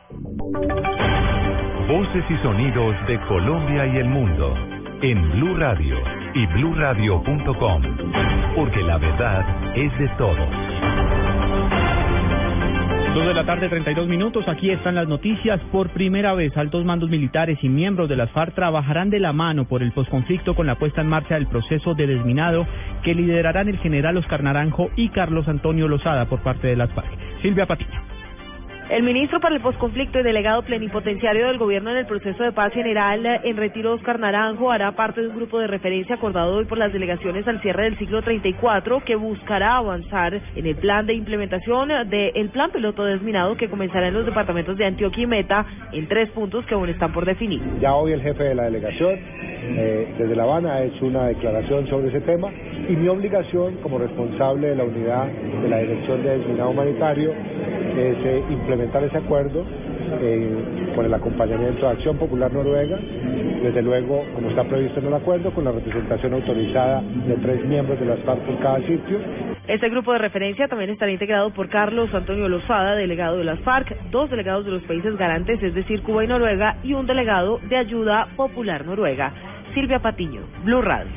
Voces y sonidos de Colombia y el mundo en Blue Radio y bluradio.com, porque la verdad es de todos. 2:32 p.m, aquí están las noticias. Por primera vez, altos mandos militares y miembros de las FARC trabajarán de la mano por el posconflicto con la puesta en marcha del proceso de desminado que liderarán el general Oscar Naranjo y Carlos Antonio Lozada por parte de las FARC. Silvia Patiño. El ministro para el posconflicto y delegado plenipotenciario del gobierno en el proceso de paz general en retiro, Oscar Naranjo, hará parte de un grupo de referencia acordado hoy por las delegaciones al cierre del ciclo 34 que buscará avanzar en el plan de implementación del plan piloto desminado que comenzará en los departamentos de Antioquia y Meta en 3 puntos que aún están por definir. Ya hoy el jefe de la delegación desde La Habana ha hecho una declaración sobre ese tema y mi obligación como responsable de la unidad de la Dirección de Desminado Humanitario es implementar ese acuerdo con el acompañamiento de Acción Popular Noruega, desde luego como está previsto en el acuerdo, con la representación autorizada de 3 miembros de las FARC por cada sitio. Este grupo de referencia también estará integrado por Carlos Antonio Lozada, delegado de las FARC, 2 delegados de los países garantes, es decir, Cuba y Noruega, y un delegado de Ayuda Popular Noruega. Silvia Patiño, Blue Radio.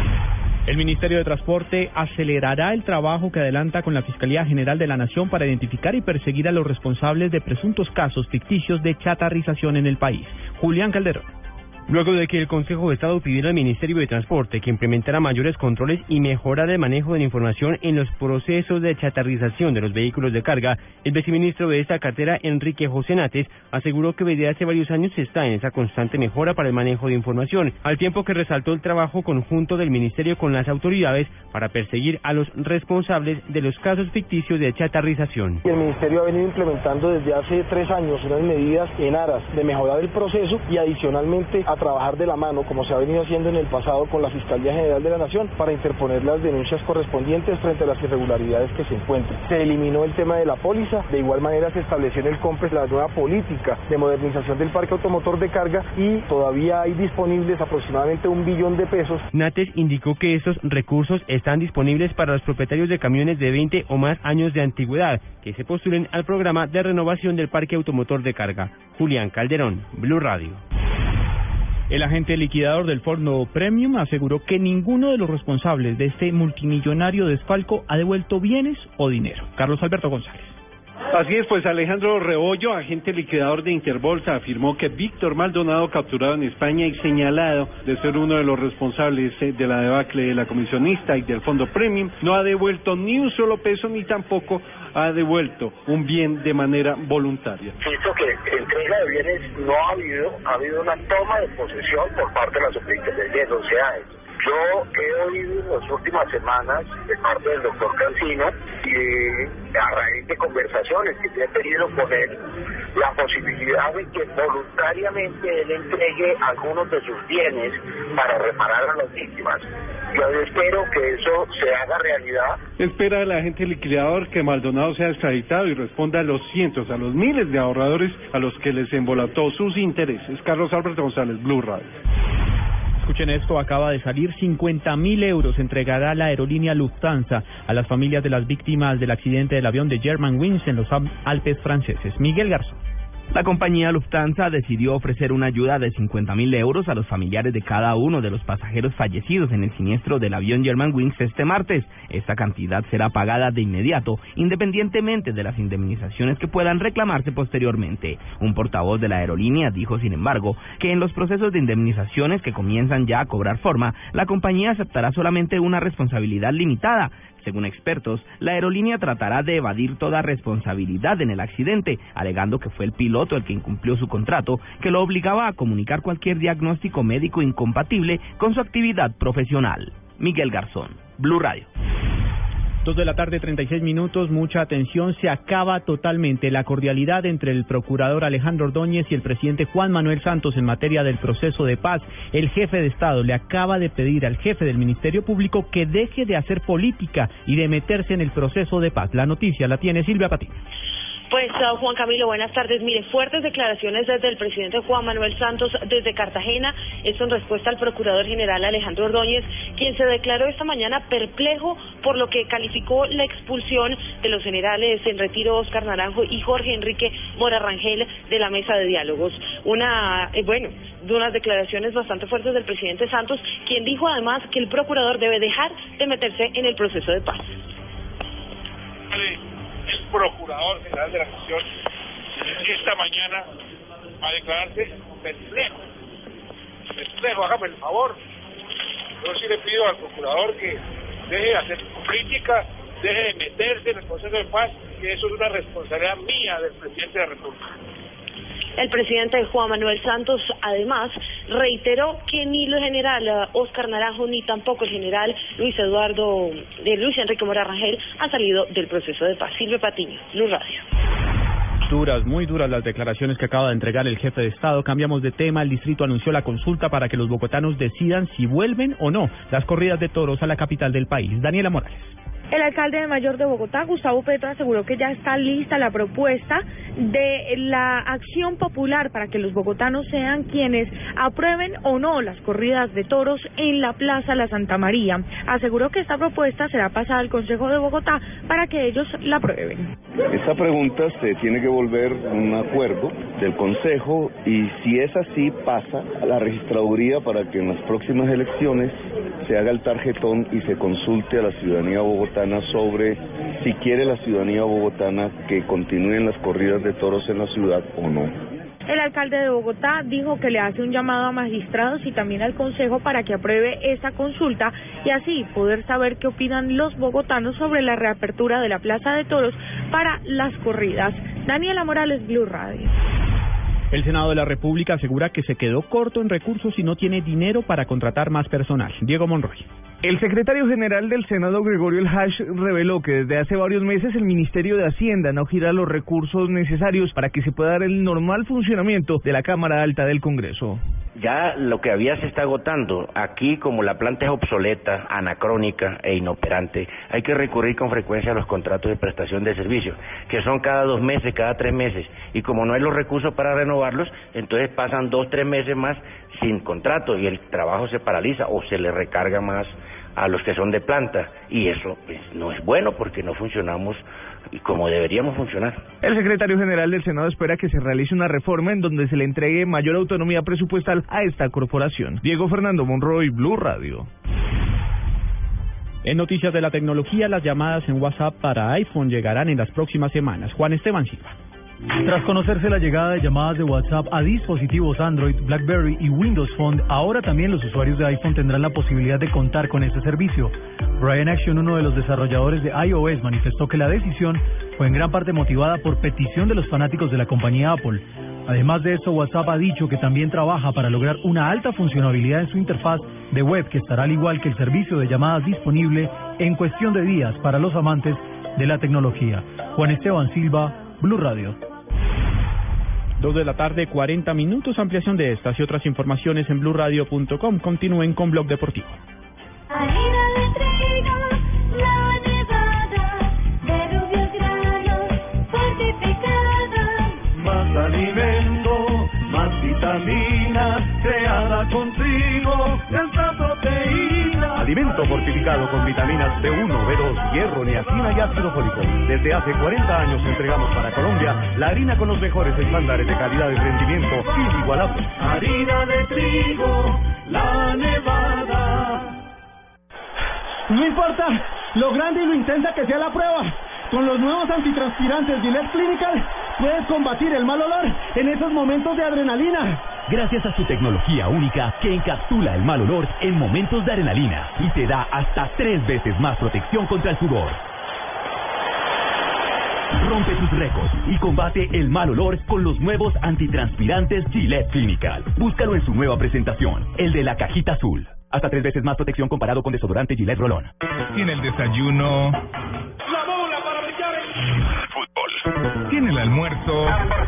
El Ministerio de Transporte acelerará el trabajo que adelanta con la Fiscalía General de la Nación para identificar y perseguir a los responsables de presuntos casos ficticios de chatarrización en el país. Julián Calderón. Luego de que el Consejo de Estado pidiera al Ministerio de Transporte que implementara mayores controles y mejorara el manejo de la información en los procesos de chatarrización de los vehículos de carga, el viceministro de esta cartera, Enrique José Nates, aseguró que desde hace varios años se está en esa constante mejora para el manejo de información, al tiempo que resaltó el trabajo conjunto del Ministerio con las autoridades para perseguir a los responsables de los casos ficticios de chatarrización. El Ministerio ha venido implementando desde hace 3 años unas medidas en aras de mejorar el proceso y adicionalmente a trabajar de la mano, como se ha venido haciendo en el pasado con la Fiscalía General de la Nación, para interponer las denuncias correspondientes frente a las irregularidades que se encuentren. Se eliminó el tema de la póliza, de igual manera se estableció en el COMPES la nueva política de modernización del parque automotor de carga y todavía hay disponibles aproximadamente 1 billón de pesos. Nates indicó que estos recursos están disponibles para los propietarios de camiones de 20 o más años de antigüedad que se postulen al programa de renovación del parque automotor de carga. Julián Calderón, Blue Radio. El agente liquidador del Fondo Premium aseguró que ninguno de los responsables de este multimillonario desfalco ha devuelto bienes o dinero. Carlos Alberto González. Así es, pues Alejandro Rebollo, agente liquidador de Interbolsa, afirmó que Víctor Maldonado, capturado en España y señalado de ser uno de los responsables de la debacle de la comisionista y del Fondo Premium, no ha devuelto ni un solo peso ni tampoco ha devuelto un bien de manera voluntaria. Visto que entrega de bienes no ha habido una toma de posesión por parte de la superintendencia de sociedades. Yo he oído en las últimas semanas de parte del doctor Cancino y a raíz de conversaciones que he tenido con él, la posibilidad de que voluntariamente él entregue algunos de sus bienes para reparar a las víctimas. Yo espero que eso se haga realidad. Espera el agente liquidador que Maldonado sea extraditado y responda a los cientos, a los miles de ahorradores a los que les embolató sus intereses. Carlos Alberto González, Blue Radio. Escuchen esto, acaba de salir 50.000 euros, entregará la aerolínea Lufthansa a las familias de las víctimas del accidente del avión de Germanwings en los Alpes franceses. Miguel Garzón. La compañía Lufthansa decidió ofrecer una ayuda de 50.000 euros a los familiares de cada uno de los pasajeros fallecidos en el siniestro del avión Germanwings este martes. Esta cantidad será pagada de inmediato, independientemente de las indemnizaciones que puedan reclamarse posteriormente. Un portavoz de la aerolínea dijo, sin embargo, que en los procesos de indemnizaciones que comienzan ya a cobrar forma, la compañía aceptará solamente una responsabilidad limitada. Según expertos, la aerolínea tratará de evadir toda responsabilidad en el accidente, alegando que fue el piloto el que incumplió su contrato, que lo obligaba a comunicar cualquier diagnóstico médico incompatible con su actividad profesional. Miguel Garzón, Blue Radio. 2:36 p.m, mucha atención, se acaba totalmente la cordialidad entre el procurador Alejandro Ordóñez y el presidente Juan Manuel Santos en materia del proceso de paz. El jefe de Estado le acaba de pedir al jefe del Ministerio Público que deje de hacer política y de meterse en el proceso de paz. La noticia la tiene Silvia Patiño. Pues Juan Camilo, buenas tardes. Mire, fuertes declaraciones desde el presidente Juan Manuel Santos desde Cartagena, esto en respuesta al procurador general Alejandro Ordóñez, quien se declaró esta mañana perplejo por lo que calificó la expulsión de los generales en retiro Óscar Naranjo y Jorge Enrique Mora Rangel de la mesa de diálogos. De unas declaraciones bastante fuertes del presidente Santos, quien dijo además que el procurador debe dejar de meterse en el proceso de paz. El procurador general de la Nación esta mañana a declararse perplejo, hágame el favor. Yo sí le pido al procurador que deje de hacer política, deje de meterse en el proceso de paz, que eso es una responsabilidad mía del presidente de la República. El presidente Juan Manuel Santos, además, reiteró que ni el general Óscar Naranjo ni tampoco el general Luis Enrique Mora Rangel han salido del proceso de paz. Silvia Patiño, Blue Radio. Muy duras las declaraciones que acaba de entregar el jefe de Estado. Cambiamos de tema. El distrito anunció la consulta para que los bogotanos decidan si vuelven o no las corridas de toros a la capital del país. Daniela Morales. El alcalde mayor de Bogotá, Gustavo Petro, aseguró que ya está lista la propuesta de la acción popular para que los bogotanos sean quienes aprueben o no las corridas de toros en la Plaza La Santa María. Aseguró que esta propuesta será pasada al Consejo de Bogotá para que ellos la aprueben. Esta pregunta se tiene que volver un acuerdo del Consejo y si es así pasa a la registraduría para que en las próximas elecciones se haga el tarjetón y se consulte a la ciudadanía bogotana sobre si quiere la ciudadanía bogotana que continúen las corridas de toros en la ciudad o no. El alcalde de Bogotá dijo que le hace un llamado a magistrados y también al Consejo para que apruebe esa consulta y así poder saber qué opinan los bogotanos sobre la reapertura de la Plaza de Toros para las corridas. Daniela Morales, Blue Radio. El Senado de la República asegura que se quedó corto en recursos y no tiene dinero para contratar más personal. Diego Monroy. El secretario general del Senado, Gregorio El Hash, reveló que desde hace varios meses el Ministerio de Hacienda no gira los recursos necesarios para que se pueda dar el normal funcionamiento de la Cámara Alta del Congreso. Ya lo que había se está agotando. Aquí, como la planta es obsoleta, anacrónica e inoperante, hay que recurrir con frecuencia a los contratos de prestación de servicios, que son cada 2 meses, cada 3 meses. Y como no hay los recursos para renovarlos, entonces pasan 2, 3 meses más sin contrato y el trabajo se paraliza o se le recarga más a los que son de planta. Y eso pues, no es bueno porque no funcionamos como deberíamos funcionar. El secretario general del Senado espera que se realice una reforma en donde se le entregue mayor autonomía presupuestal a esta corporación. Diego Fernando Monroy, Blue Radio. En noticias de la tecnología, las llamadas en WhatsApp para iPhone llegarán en las próximas semanas. Juan Esteban Silva. Tras conocerse la llegada de llamadas de WhatsApp a dispositivos Android, BlackBerry y Windows Phone, ahora también los usuarios de iPhone tendrán la posibilidad de contar con este servicio. Brian Action, uno de los desarrolladores de iOS, manifestó que la decisión fue en gran parte motivada por petición de los fanáticos de la compañía Apple. Además de eso, WhatsApp ha dicho que también trabaja para lograr una alta funcionalidad en su interfaz de web, que estará al igual que el servicio de llamadas disponible en cuestión de días para los amantes de la tecnología. Juan Esteban Silva, Blue Radio. 2:40 p.m. Ampliación de estas y otras informaciones en bluradio.com. Continúen con Blog Deportivo. Harina de trigo, la nevada, de rubios granos, fortificada. Más alimento, más vitaminas, creada con trigo, tanta proteína. Alimento fortificado con vitaminas B1, B2, hierro, niacina y ácido fólico. Desde hace 40 años entregamos para Colombia la harina con los mejores estándares de calidad y rendimiento inigualables. Harina de trigo, la nevada. No importa lo grande y lo intensa que sea la prueba, con los nuevos antitranspirantes Gillette Clinical puedes combatir el mal olor en esos momentos de adrenalina. Gracias a su tecnología única que encapsula el mal olor en momentos de adrenalina y te da hasta 3 veces más protección contra el sudor. Rompe tus récords y combate el mal olor con los nuevos antitranspirantes Gillette Clinical. Búscalo en su nueva presentación, el de la cajita azul. Hasta 3 veces más protección comparado con desodorante Gillette Rolón. Tiene el desayuno. La bola para brillar en fútbol. Tiene el almuerzo.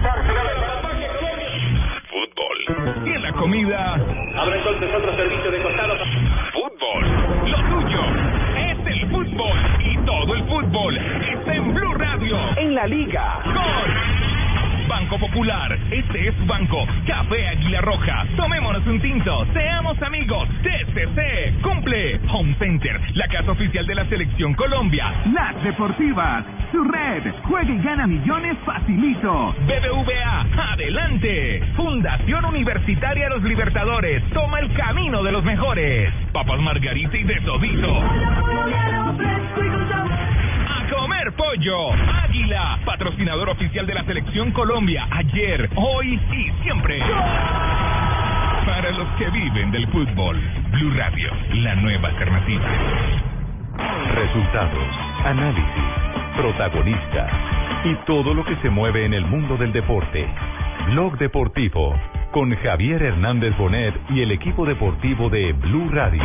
Fútbol. Y en la comida. Habrá entonces otro servicio de costado. Fútbol. Lo tuyo es el fútbol. Y todo el fútbol está en Blue Radio. En la la liga. ¡Gol! Banco Popular, este es su banco. Café Águila Roja, tomémonos un tinto, seamos amigos. TCC, cumple. Home Center, la casa oficial de la Selección Colombia. Las Deportivas, su red, juega y gana millones facilito. BBVA, adelante. Fundación Universitaria Los Libertadores, toma el camino de los mejores. Papas Margarita y de todito. A comer pollo. Águila, patrocinador oficial de la Selección Colombia, ayer, hoy y siempre. Para los que viven del fútbol, Blue Radio, la nueva alternativa. Resultados, análisis, protagonistas y todo lo que se mueve en el mundo del deporte. Blog Deportivo con Javier Hernández Bonet y el equipo deportivo de Blue Radio.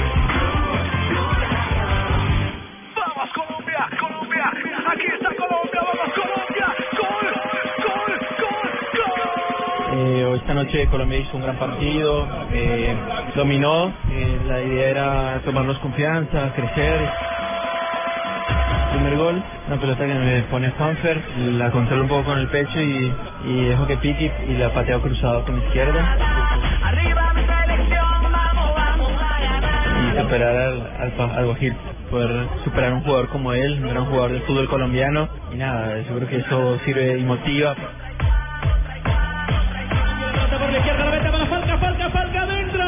¡Vamos Colombia! ¡Colombia! ¡Aquí está Colombia! ¡Vamos Colombia! ¡Gol! ¡Gol! ¡Gol! Esta noche Colombia hizo un gran partido, dominó, la idea era tomarnos confianza, crecer. Primer gol, una pelota que me pone Juanfer, la controlo un poco con el pecho y dejo que pique y la pateo cruzado con la izquierda. Y superar al Guajir, poder superar a un jugador como él, un gran jugador del fútbol colombiano. Y nada, yo creo que eso sirve y motiva. Por la izquierda, la meta para Falca adentro.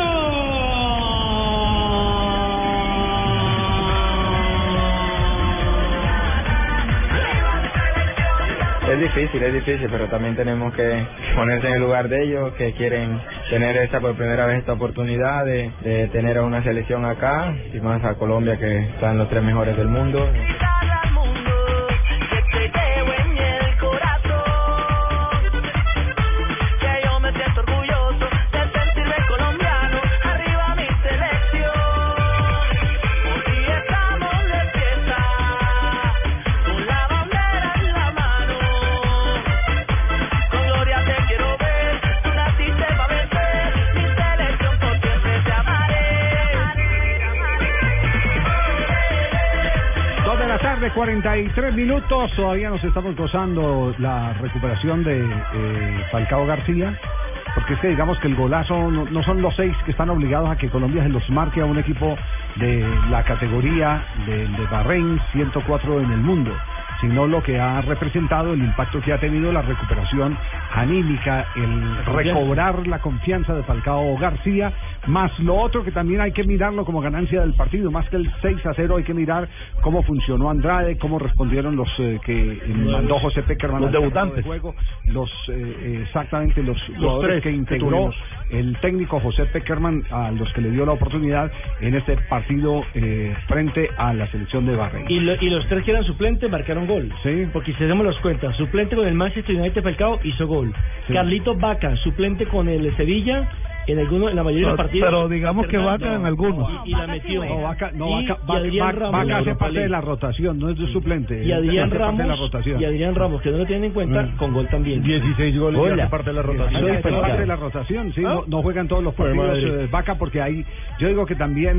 Es difícil, pero también tenemos que ponerse en el lugar de ellos, que quieren tener por primera vez esta oportunidad de tener a una selección acá, y más a Colombia, que están los 3 mejores del mundo. De 43 minutos, todavía nos estamos gozando la recuperación de Falcao García, porque es que digamos que el golazo no son los 6 que están obligados a que Colombia se los marque a un equipo de la categoría de Bahrein, 104 en el mundo, sino lo que ha representado, el impacto que ha tenido la recuperación anímica, el recobrar la confianza de Falcao García, más lo otro que también hay que mirarlo como ganancia del partido, más que el 6-0 hay que mirar cómo funcionó Andrade, cómo respondieron los que mandó José Peckerman, los debutantes, de juego, exactamente los jugadores que integró el técnico José Peckerman, a los que le dio la oportunidad en este partido frente a la selección de Bahrein. Y los 3 que eran suplentes marcaron gol. Sí. Porque si hacemos las cuentas, suplente con el Manchester United, Falcao hizo gol. Sí. Carlitos Vaca, suplente con el Sevilla, en la mayoría de los partidos. Pero digamos que Vaca en algunos. Y la metió. Vaca Vaca hace parte de la rotación, no es de suplente. Y Adrián Ramos, que no lo tienen en cuenta, con gol también. 16 goles y hace parte de la rotación. Hace parte de la rotación, sí, no juegan todos los partidos Vaca, porque hay, yo digo que también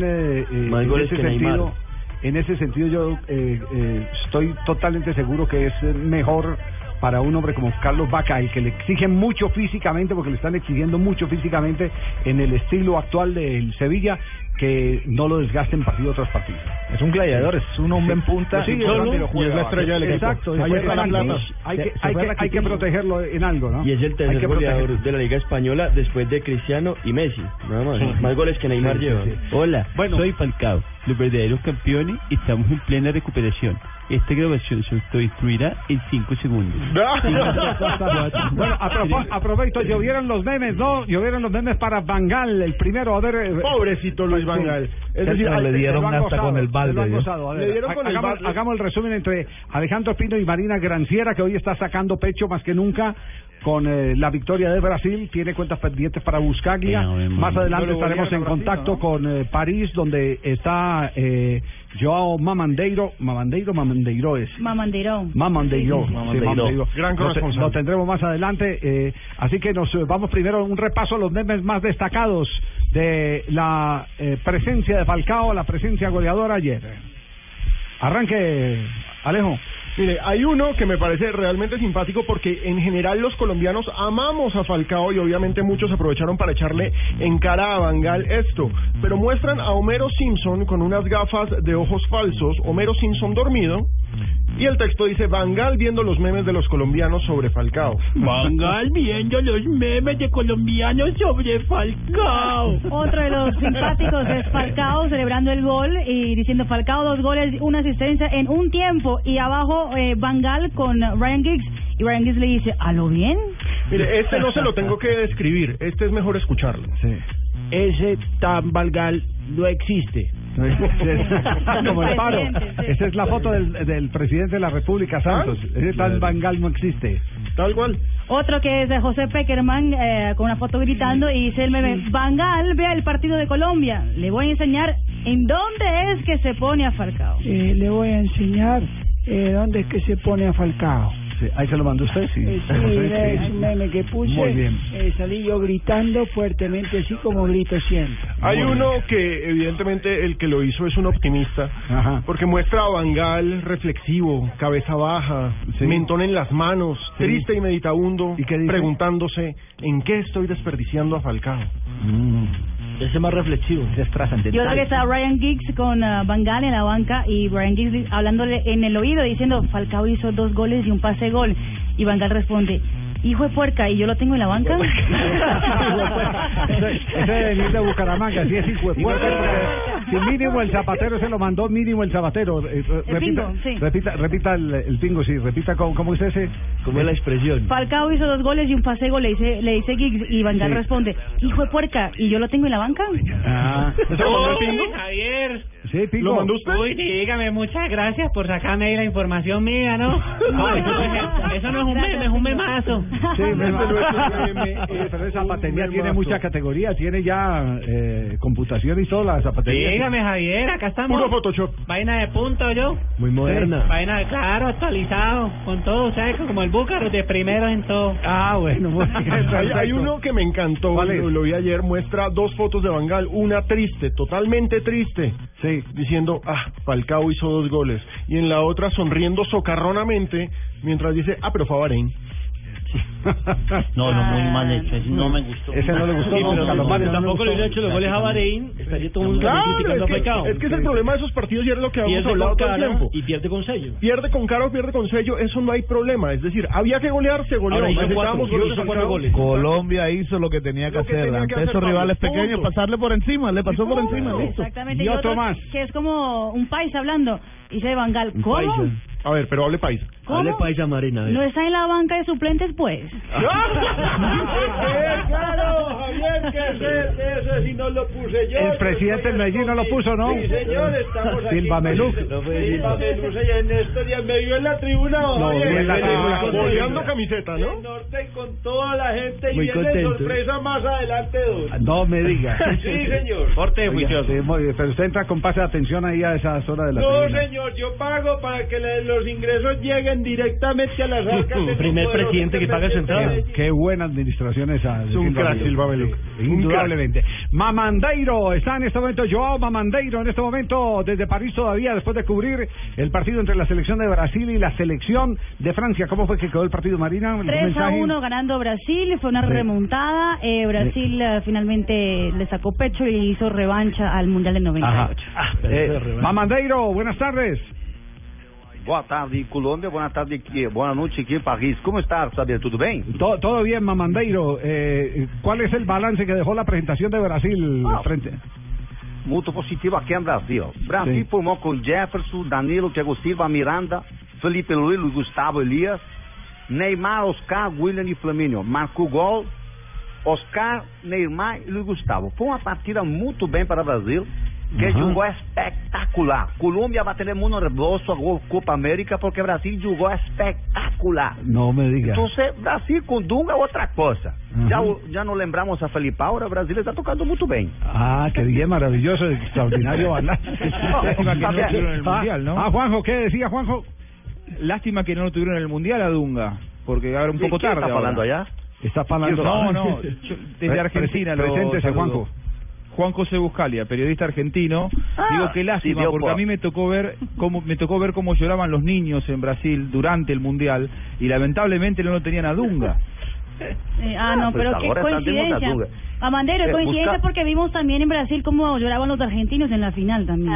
en ese sentido yo estoy totalmente seguro que es mejor para un hombre como Carlos Vaca, el que le exigen mucho físicamente, porque le están exigiendo mucho físicamente en el estilo actual del Sevilla, que no lo desgasten partido tras partido. Es un gladiador, es un hombre en punta, y es la estrella del equipo. Exacto, hay que protegerlo en algo, ¿no? Y es el tercer goleador de la Liga Española después de Cristiano y Messi, nada más, más goles que Neymar lleva. Hola, soy Falcao. Los verdaderos campeones estamos en plena recuperación. Esta grabación se autodestruirá en 5 segundos. Bueno, aprovecho, llovieron los memes, ¿no? Llovieron los memes para Van Gaal, el primero, a ver... Pobrecito Luis Van Gaal. Es decir, le dieron hasta con el balde. Hagamos el resumen entre Alejandro Pino y Marina Granciera, que hoy está sacando pecho más que nunca con la victoria de Brasil. Tiene cuentas pendientes para Buscaglia. Más adelante estaremos en contacto con París, donde está Joao Mamandeiro. Mamandeiro. Gran corresponsal. Lo tendremos más adelante. Así que nos vamos primero a un repaso a los memes más destacados de la presencia de Falcao, la presencia goleadora ayer. Arranque, Alejo. Mire, hay uno que me parece realmente simpático porque en general los colombianos amamos a Falcao y obviamente muchos aprovecharon para echarle en cara a Van Gaal esto, pero muestran a Homero Simpson con unas gafas de ojos falsos, Homero Simpson dormido, y el texto dice Van Gaal viendo los memes de los colombianos sobre Falcao. Van Gaal viendo los memes de colombianos sobre Falcao. Otro de los simpáticos es Falcao celebrando el gol y diciendo Falcao 2 goles, 1 asistencia en un tiempo, y abajo Van Gaal con Ryan Giggs, y Ryan Giggs le dice ¿a lo bien? Mire, este no se lo tengo que describir, este es mejor escucharlo. Sí. Ese tan Van Gaal no existe. Como el paro. Esa es la foto del presidente de la República, Santos. Ese tal Van Gaal no existe. Tal cual. Otro que es de José Peckerman con una foto gritando y dice el meme, Van Gaal vea el partido de Colombia, le voy a enseñar en dónde es que se pone a Falcao. Le voy a enseñar dónde es que se pone a Falcao. Sí, ahí se lo mandó usted, sí. Sí, es un meme que puse. Muy bien. Salí yo gritando fuertemente, así como grito siempre. Hay uno que evidentemente el que lo hizo es un optimista, porque muestra a Van Gaal reflexivo, cabeza baja, mentón en las manos, triste y meditabundo, preguntándose ¿en qué estoy desperdiciando a Falcao? Ese más reflexivo, es trascendental. Yo creo que está Ryan Giggs con Van Gaal en la banca y Ryan Giggs hablándole en el oído diciendo Falcao hizo 2 goles y un pase de gol, y Van Gaal responde hijo de puerca, ¿y yo lo tengo en la banca? Ese de venir de Bucaramanga, sí es hijo de puerca, si mínimo el zapatero se lo mandó, mínimo el zapatero. Repita el pingo, sí, repita cómo es ese. ¿Cómo es la expresión? Falcao hizo 2 goles y un pase de gol, le dice Giggs, y Van Gaal responde, hijo de puerca, ¿y yo lo tengo en la banca? ¿Eso lo mandó el pingo? Javier. Sí, Pingo. ¿Lo mandó usted? Uy, dígame, muchas gracias por sacarme ahí la información mía, ¿no? Eso no es un meme, es un memazo. Sí, pero esa zapatería tiene mucha categoría, tiene ya computación y todo, la zapatería. Dígame, Javier, acá estamos. Puro Photoshop. Vaina de punto, yo. Muy moderna. Vaina de, claro, actualizado, con todo, ¿sabes? Como el Búcaro, de primero en todo. Ah, bueno, muy bien. Hay uno que me encantó, lo vi ayer, muestra 2 fotos de Van Gaal, una triste, totalmente triste. Sí. Diciendo, Falcao hizo 2 goles. Y en la otra sonriendo socarronamente mientras dice, pero fue a Bahrein. No, muy mal hecho, no me gustó. Ese no le gustó. Sí, pero tampoco le hubiera hecho los goles a Bahrein, estaría todo el mundo criticando a Falcao. Es que es el problema de esos partidos y era lo que habíamos hablado todo el tiempo. Y pierde con sello. Pierde con cara o pierde con sello, eso no hay problema. Es decir, había que golear, se goleó. Ahora hizo 4 goles. Colombia hizo lo que tenía que hacer ante esos rivales pequeños, pasarle por encima, le pasó por encima, listo. Exactamente. Y otro más. Que es como un paisa hablando. Dice Van Gaal, ¿cómo? A ver, pero hable paisa. ¿Cómo? Hable paisa, Marina. ¿No está en la banca de suplentes, pues? Claro, Javier, que eso si no lo puse yo. El presidente del Medellín no lo puso, ¿no? Sí, señor, estamos aquí. Silva Meluc. Silva Meluc, en Néstor, y me vio en la tribuna. No, en la tribuna. Boleando camiseta, ¿no? En norte con toda la gente muy y viene contento. Sorpresa más adelante, dos. No me diga. Sí, señor. Porte juicioso. Pero usted entra con pase de atención ahí a esas horas de la tribuna. No, señor, yo pago para que los ingresos lleguen directamente a las arcas de primer presidente que paga su entrada. Qué buena administración esa. Es un crack, Silva Meluc. Indudablemente. Mamandeiro está en este momento, Joao Mamandeiro en este momento desde París todavía, después de cubrir el partido entre la selección de Brasil y la selección de Francia. ¿Cómo fue que quedó el partido, Marina? 3-1 ganando Brasil, fue una remontada. Brasil finalmente le sacó pecho y hizo revancha al Mundial del 98. Mamandeiro, buenas tardes. Boa tarde, Colômbia. Boa tarde aqui. Boa noite aqui em Paris. ¿Cómo está, Xavier? ¿Todo bien? Todo bien, Mamandeiro. ¿Cuál es el balance que dejó la presentación de Brasil frente? Muy positivo aqui em Brasil. Brasil formou com Jefferson, Danilo, Thiago Silva, Miranda, Felipe Luiz, Gustavo Elias, Neymar, Oscar, William e Flamínio. Marcou gol, Oscar, Neymar e Luiz Gustavo. Foi uma partida muito bem para o Brasil, que jogou espectacular. Colômbia va a tener muy nervioso a Copa América porque Brasil jugó espectacular. No me diga. Entonces, Brasil com Dunga é outra coisa. Já não lembramos a Felipe Aura, Brasil está tocando muito bem. Qué bien, maravilloso, extraordinario balance. Juanjo, ¿qué decía Juanjo? Lástima que no lo tuvieron en el Mundial a Dunga, porque ahora un poco tarde. ¿Está hablando allá? Está hablando. No, desde Argentina. Preséntese, Juanjo. Juan José Buscalia, periodista argentino. Digo que lástima, sí, porque a mí me tocó ver cómo lloraban los niños en Brasil durante el Mundial y lamentablemente no lo tenían a Dunga. No, pero Pues qué ahora coincidencia. Dunga. Amandero, es coincidencia busca- porque vimos también en Brasil cómo lloraban los argentinos en la final también.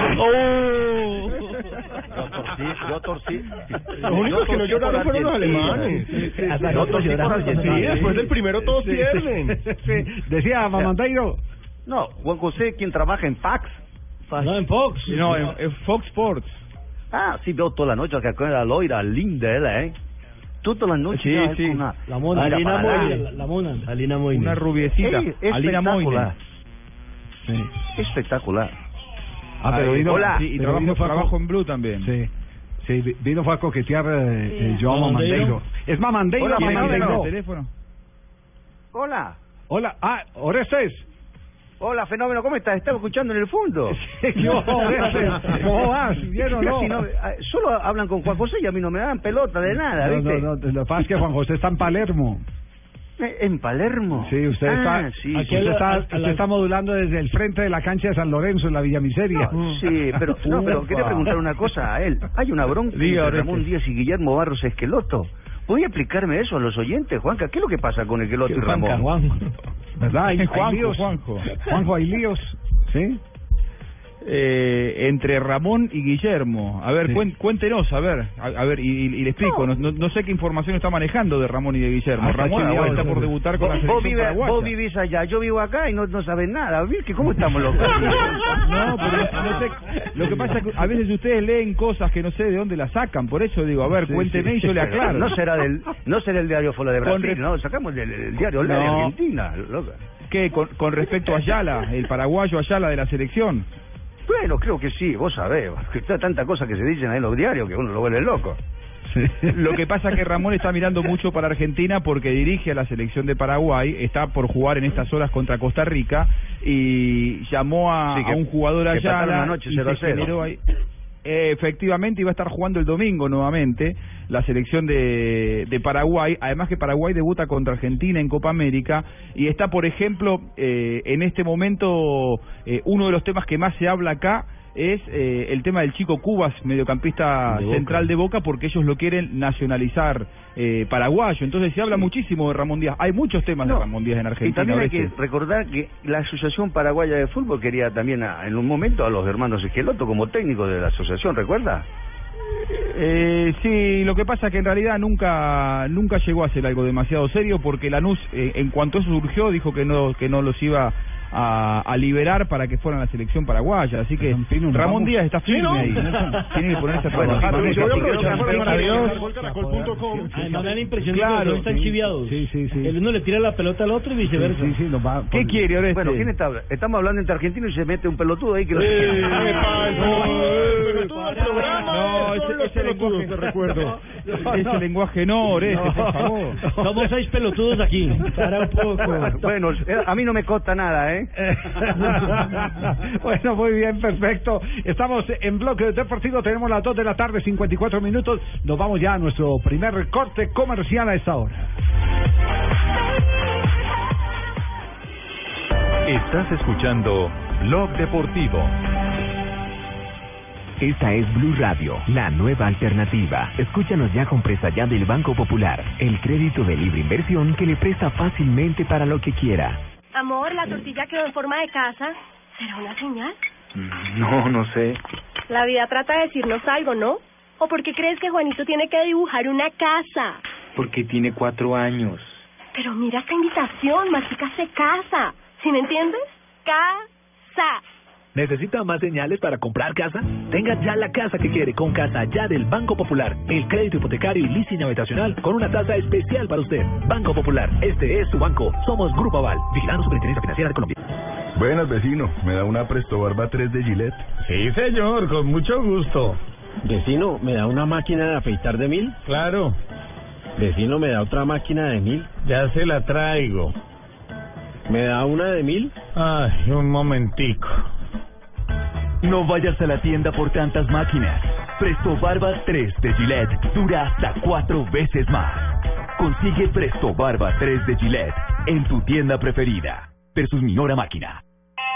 Yo torcí. Los únicos que no lloraron fueron los alemanes. Yo torcí por Argentina. Sí, después del primero todos pierden. Decía Mamandeiro. No, Juan José, quien trabaja en Fax. No, en Fox. No, en Fox Sports. Ah, sí, veo toda la noche que con la loira linda, ella, Toda la noche. Sí, ella sí. con una- La mona. Mira, Alina para Moine. nada. La mona. Alina Moine. Una rubiecita. Alina Moine. Espectacular. Espectacular. Pero vino, hola. Sí, y pero vino trabajo en Blue también. Sí, vino fue a coquetear Joao Mamandeiro. Mamandeiro. Es Mamandeiro. Hola, Mamandeiro. ¿El teléfono? Hola. Hola, Orestes. Hola, Fenómeno, ¿cómo estás? Estaba escuchando en el fondo. Orestes, ¿cómo vas? ¿Bien o no? Casi solo hablan con Juan José y a mí no me dan pelota de nada, ¿viste? No, lo que pasa es que Juan José está en Palermo. ¿En Palermo? Sí, usted está, sí, usted está modulando desde el frente de la cancha de San Lorenzo, en la Villa Miseria. Sí, pero quería preguntar una cosa a él. Hay una bronca entre Ramón Díaz y Guillermo Barros Esqueloto. ¿Podría explicarme eso a los oyentes, Juanca? ¿Qué es lo que pasa con Esqueloto y Ramón? ¿Verdad? Hay líos. Juanjo, hay líos. ¿Sí? Entre Ramón y Guillermo. A ver, Sí. cuéntenos, a ver, y le explico. No sé qué información está manejando de Ramón y de Guillermo. Está Ramón ahora chiviado, está por debutar con la selección paraguaya. Vos vivís allá, yo vivo acá y no saben nada. ¿Viste? ¿Cómo estamos locos? No, pero no sé. Lo que pasa es que a veces ustedes leen cosas que no sé de dónde las sacan. Por eso digo, a ver, cuénteme y yo le aclaro. No será del diario Fola de Brasil, Con no, sacamos del diario La de No. Argentina, loca. ¿Qué? Con respecto a Ayala, el paraguayo Ayala de la selección. Bueno, creo que sí, vos sabés, que está tanta cosa que se dicen ahí en los diarios que uno lo vuelve loco. Lo que pasa es que Ramón está mirando mucho para Argentina porque dirige a la selección de Paraguay, está por jugar en estas horas contra Costa Rica y llamó a un jugador que empataron Ayala anoche y 0-0. se generó ahí. Efectivamente iba a estar jugando el domingo nuevamente la selección de Paraguay, además que Paraguay debuta contra Argentina en Copa América y está, por ejemplo, en este momento uno de los temas que más se habla acá es el tema del Chico Cubas, mediocampista De Boca. central de Boca, porque ellos lo quieren nacionalizar paraguayo. Entonces se habla muchísimo de Ramón Díaz. Hay muchos temas de Ramón Díaz en Y Argentina. también hay Orestes. que recordar que la Asociación Paraguaya de Fútbol quería también en un momento a los hermanos Esqueloto como técnico de la asociación, ¿recuerda? Sí, lo que pasa es que en realidad nunca llegó a ser algo demasiado serio porque Lanús, en cuanto eso surgió, dijo que no los iba a liberar para que fueran a la selección paraguaya. Así que Ramón Díaz está firme ahí. Tiene que ponerse a trabajar. Yo voy a aprovechar para Adiós. caracol.com. Además me da la impresión de Claro, que los dos están sí. chiviados. Sí. El uno le tira la pelota al otro y viceversa. ¿Qué quiere, Orestes? Bueno, ¿quién está hablando? Estamos hablando entre argentinos y se mete un pelotudo ahí que no No, ese lenguaje te recuerdo. Ese lenguaje no, Orestes, por favor. Somos 6 pelotudos aquí. Para un poco. Bueno, a mí no me consta nada, ¿eh? Bueno, muy bien, perfecto. Estamos en Bloque Deportivo, tenemos las 2 de la tarde, 54 minutos. Nos vamos ya a nuestro primer corte comercial a esta hora. Estás escuchando Blog Deportivo. Esta es Blue Radio, la nueva alternativa. Escúchanos ya con Presta Ya del Banco Popular, el crédito de libre inversión que le presta fácilmente para lo que quiera. Amor, la tortilla quedó en forma de casa. ¿Será una señal? No sé. La vida trata de decirnos algo, ¿no? ¿O por qué crees que Juanito tiene que dibujar una casa? Porque tiene 4 años. Pero mira esta invitación, Mágica se casa. ¿Sí me entiendes? Casa. ¿Necesita más señales para comprar casa? Tenga ya la casa que quiere con Casa Ya del Banco Popular. El crédito hipotecario y leasing habitacional con una tasa especial para usted. Banco Popular, este es su banco. Somos Grupo Aval, vigilando Superintendencia Financiera de Colombia. Buenas, vecino. ¿Me da una Presto Barba 3 de Gillette? Sí, señor, con mucho gusto. Vecino, ¿me da una máquina de afeitar de 1000? Claro. Vecino, ¿me da otra máquina de 1000? Ya se la traigo. ¿Me da una de 1000? Ay, un momentico. No vayas a la tienda por tantas máquinas. Presto Barba 3 de Gillette dura hasta 4 veces más. Consigue Presto Barba 3 de Gillette en tu tienda preferida. Versus Minora Máquina.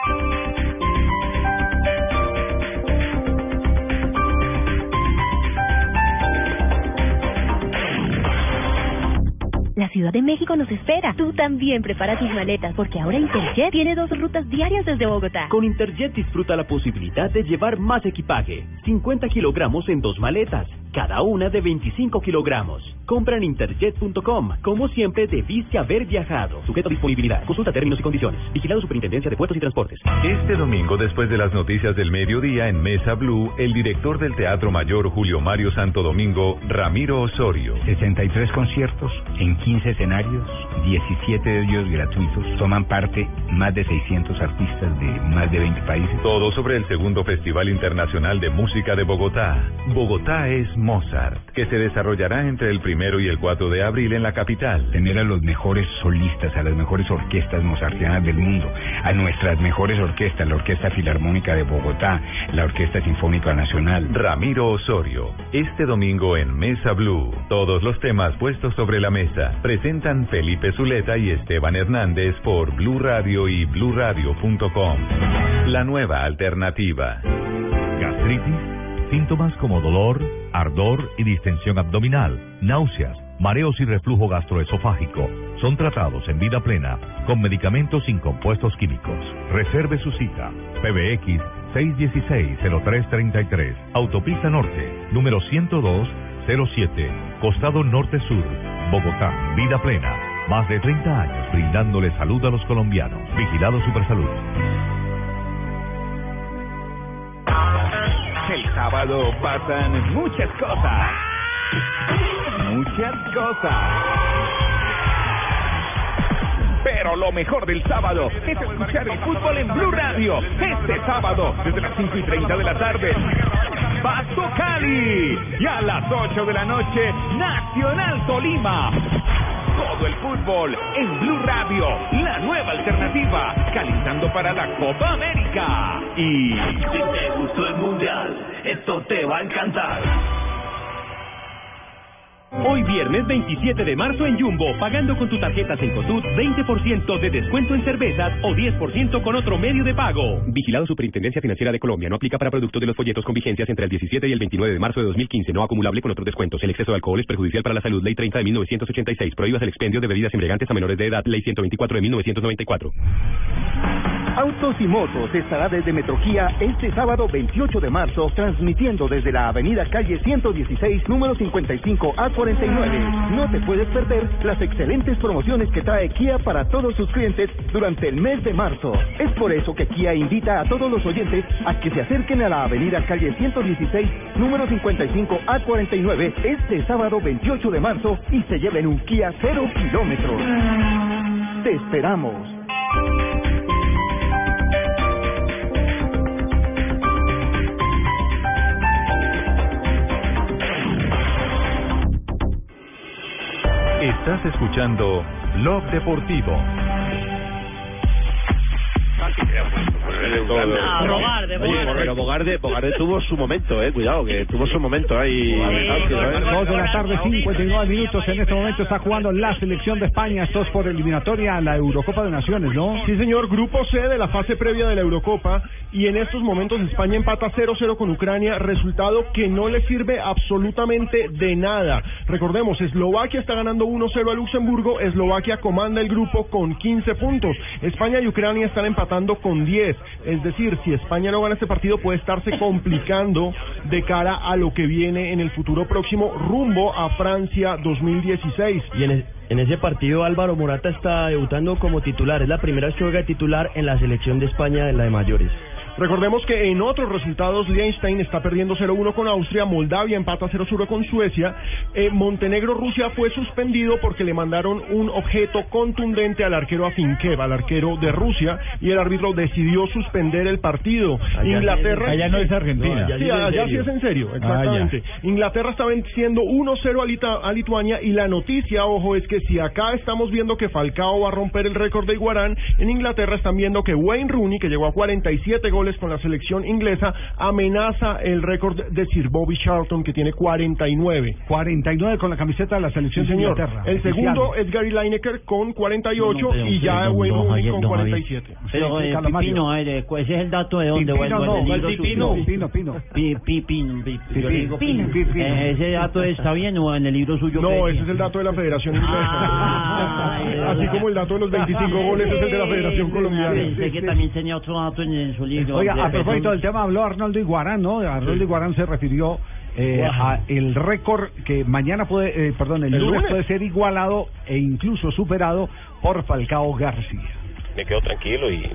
Ciudad de México nos espera. Tú también prepara tus maletas, porque ahora Interjet tiene 2 rutas diarias desde Bogotá. Con Interjet disfruta la posibilidad de llevar más equipaje. 50 kilogramos en 2 maletas, cada una de 25 kilogramos. Compra en interjet.com. Como siempre, debiste haber viajado. Sujeto a disponibilidad. Consulta términos y condiciones. Vigilado Superintendencia de Puertos y Transportes. Este domingo, después de las noticias del mediodía en Mesa Blue, el director del Teatro Mayor Julio Mario Santo Domingo, Ramiro Osorio. 63 conciertos en 15 escenarios, 17 de ellos gratuitos. Toman parte más de 600 artistas de más de 20 países. Todo sobre el segundo Festival Internacional de Música de Bogotá. Bogotá es Mozart, que se desarrollará entre el 1 y el 4 de abril en la capital. Tener a los mejores solistas, a las mejores orquestas mozartianas del mundo, a nuestras mejores orquestas, la Orquesta Filarmónica de Bogotá, la Orquesta Sinfónica Nacional. Ramiro Osorio, este domingo en Mesa Blue. Todos los temas puestos sobre la mesa. Presentan Felipe Zuleta y Esteban Hernández por Blue Radio y bluradio.com. La nueva alternativa. Gastritis, síntomas como dolor, ardor y distensión abdominal, náuseas, mareos y reflujo gastroesofágico son tratados en Vida Plena con medicamentos sin compuestos químicos. Reserve su cita. PBX 616-0333. Autopista Norte, número 10207, Costado Norte Sur, Bogotá. Vida Plena. Más de 30 años brindándole salud a los colombianos. Vigilado Supersalud. El sábado pasan muchas cosas. Muchas cosas. Pero lo mejor del sábado es escuchar el fútbol en Blue Radio. Este sábado, desde las 5:30 de la tarde, Pasto Cali. Y a las 8 de la noche, Nacional Tolima. Todo el fútbol en Blue Radio, la nueva alternativa, calentando para la Copa América. Y si te gustó el Mundial, esto te va a encantar. Hoy viernes 27 de marzo en Jumbo, pagando con tu tarjeta Cencosud, 20% de descuento en cervezas o 10% con otro medio de pago. Vigilado Superintendencia Financiera de Colombia. No aplica para productos de los folletos con vigencias entre el 17 y el 29 de marzo de 2015. No acumulable con otros descuentos. El exceso de alcohol es perjudicial para la salud. Ley 30 de 1986. Prohíbas el expendio de bebidas embriagantes a menores de edad. Ley 124 de 1994. Autos y Motos estará desde Metroquía este sábado 28 de marzo, transmitiendo desde la avenida calle 116, número 55 a 49. No te puedes perder las excelentes promociones que trae Kia para todos sus clientes durante el mes de marzo. Es por eso que Kia invita a todos los oyentes a que se acerquen a la avenida calle 116, número 55 a 49, este sábado 28 de marzo y se lleven un Kia 0 kilómetros. Te esperamos. Estás escuchando Blog Deportivo. Pero Bogarde tuvo su momento, cuidado, que tuvo su momento ahí. 2 de la tarde, 59 minutos. En este momento está jugando la selección de España. Esto es por eliminatoria a la Eurocopa de Naciones, ¿no? Sí, señor. Grupo C de la fase previa de la Eurocopa. Y en estos momentos España empata 0-0 con Ucrania. Resultado que no le sirve absolutamente de nada. Recordemos, Eslovaquia está ganando 1-0 a Luxemburgo. Eslovaquia comanda el grupo con 15 puntos. España y Ucrania están empatando con 10. Es decir, si España no gana este partido puede estarse complicando de cara a lo que viene en el futuro próximo rumbo a Francia 2016. Y en ese partido Álvaro Morata está debutando como titular. Es la primera vez que juega titular en la selección de España en la de mayores. Recordemos que en otros resultados Liechtenstein está perdiendo 0-1 con Austria, Moldavia empata 0-0 con Suecia, Montenegro-Rusia fue suspendido porque le mandaron un objeto contundente al arquero Afinkev, al arquero de Rusia, y el árbitro decidió suspender el partido. Allá Inglaterra... allá no es Argentina. No, allá sí es en serio, exactamente. Inglaterra está venciendo 1-0 a Lituania, y la noticia, ojo, es que si acá estamos viendo que Falcao va a romper el récord de Iguarán, en Inglaterra están viendo que Wayne Rooney, que llegó a 47 goles goles con la selección inglesa, amenaza el récord de Sir Bobby Charlton, que tiene 49. 49 con la camiseta de la selección de Inglaterra. El segundo es Gary Lineker con 48 y ya Wayne Rooney con 47. Pero Pipino, a ver, ese es el dato de dónde ¿ese dato está bien o en el libro suyo? No, ese es el dato de la Federación Inglesa. Así como el dato de los 25 goles es el de la Federación Colombiana. Pensé que también tenía otro dato en su libro. Oiga, a propósito del tema, habló Arnoldo Iguarán, ¿no? Arnoldo Iguarán se refirió a el récord que mañana puede, el lunes puede ser igualado e incluso superado por Falcao García. Me quedo tranquilo y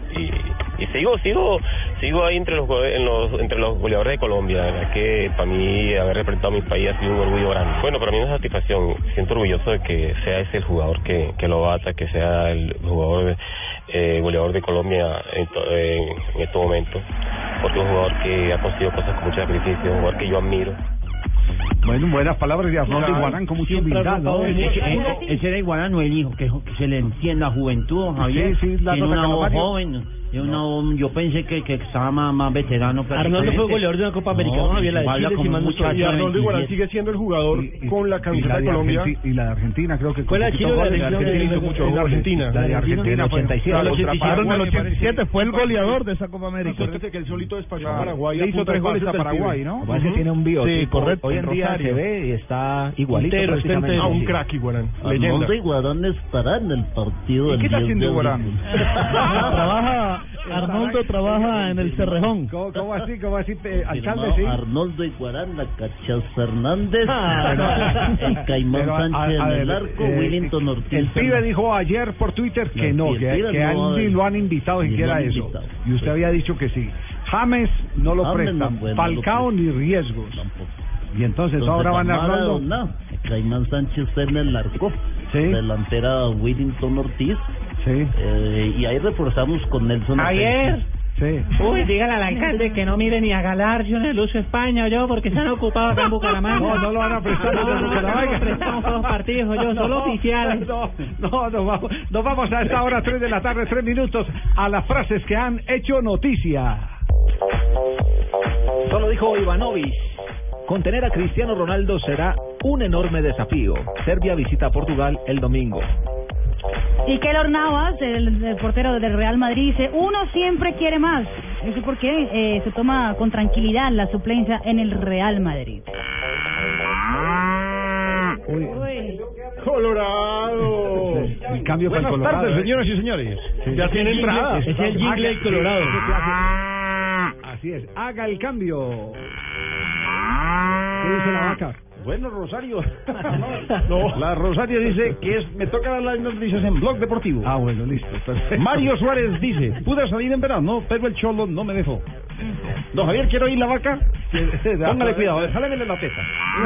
sigo ahí entre los goleadores de Colombia. La verdad que para mí haber representado a mi país ha sido un orgullo grande. Bueno, para mí es una satisfacción. Siento orgulloso de que sea ese el jugador que lo bata, que sea el jugador goleador de Colombia en este momento, porque es un jugador que ha conseguido cosas con mucho sacrificio, un jugador que yo admiro. Bueno, buenas palabras de Arnoldo Iguarán con mucha humildad, ¿no? Ese era Iguarán, no el hijo, que se le entiende la juventud, Javier. Sí, tiene una voz joven. Yo pensé que estaba más veterano. Arnoldo fue goleador de una Copa Americana, Javier, la de Chile, y Arnoldo Iguarán sigue siendo el jugador con la camiseta de Colombia. Y la de Argentina, creo que... Fue la Chile de Argentina. La de Argentina fue en el 87, fue el goleador de esa Copa América. Acuérdate que el solito despachó a Paraguay. Le hizo 3 goles a Paraguay, ¿no? Parece que tiene un bigote. Sí, correcto. Hoy en día se ve y está igualito. Un crack Iguarán. Arnoldo Iguarán estará en el partido. ¿Y qué está haciendo Iguarán? Arnoldo trabaja en el Cerrejón. ¿Cómo así, alcalde? Sí. Arnoldo Iguarán, la Cachas Fernández, el Caimán Sánchez en el arco, Willington Ortiz. El pibe dijo ayer por Twitter que no, que Andy lo han invitado siquiera eso. Y usted había dicho que sí. James no lo presta, Falcao ni riesgos. Y entonces ahora van a Arnoldo. No, Caimán Sánchez en el arco, delantera Willington Ortiz. Sí. Y ahí reforzamos con Nelson. Ayer. Sí. Uy, dígale al alcalde que no mire ni a Galarcio en el Lucho España, porque están ocupados acá en Bucaramanga. No lo van a prestar en Bucaramanga. No prestamos todos los partidos, solo oficiales. Nos vamos a esta hora, 3 de la tarde, 3 minutos, a las frases que han hecho noticia. Solo dijo Ivanovic: contener a Cristiano Ronaldo será un enorme desafío. Serbia visita a Portugal el domingo. Y Keylor Navas, el portero del Real Madrid, dice: uno siempre quiere más. Eso porque se toma con tranquilidad la suplencia en el Real Madrid. Uy. Colorado. El cambio para Colorado. Buenas tardes, señoras y señores. Ya tiene entrada. Es el jingle del Colorado. Así es. Haga el cambio. ¿Qué dice la vaca? Bueno, Rosario. No. La Rosario dice que me toca dar las noticias en Blog Deportivo. Ah, bueno, listo. Perfecto. Mario Suárez dice: pude salir en verano, pero el Cholo no me dejó. Don Javier, ¿quiero oír la vaca? Póngale cuidado, jálemele la teta.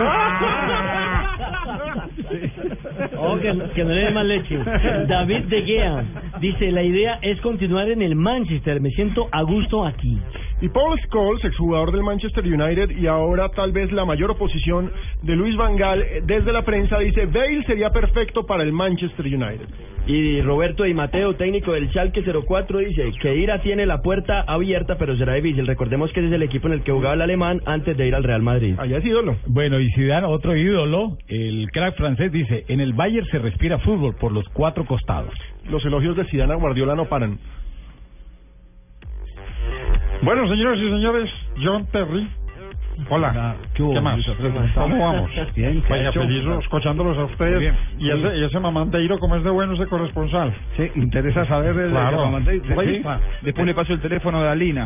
Que no le dé más leche. David De Gea dice: la idea es continuar en el Manchester, me siento a gusto aquí. Y Paul Scholes, exjugador del Manchester United y ahora tal vez la mayor oposición de Luis Van Gaal, desde la prensa dice: Bale sería perfecto para el Manchester United. Y Roberto Di Matteo, técnico del Schalke 04, dice: Khedira tiene la puerta abierta, pero será difícil. Recordemos que ese es el equipo en el que jugaba el alemán antes de ir al Real Madrid. Allá es ídolo. Bueno, y Zidane, otro ídolo, el crack francés, dice: en el Bayern se respira fútbol por los 4 costados. Los elogios de Zidane a Guardiola no paran. Bueno, señoras y señores, John Terry. Hola, ¿qué más? ¿Cómo vamos? Bien, vaya feliz escuchándolos a ustedes. Bien. Y ese Mamanteiro, como es de bueno ese corresponsal. Sí, interesa saber el Mamanteiro. Sí. Después le paso el teléfono de Alina.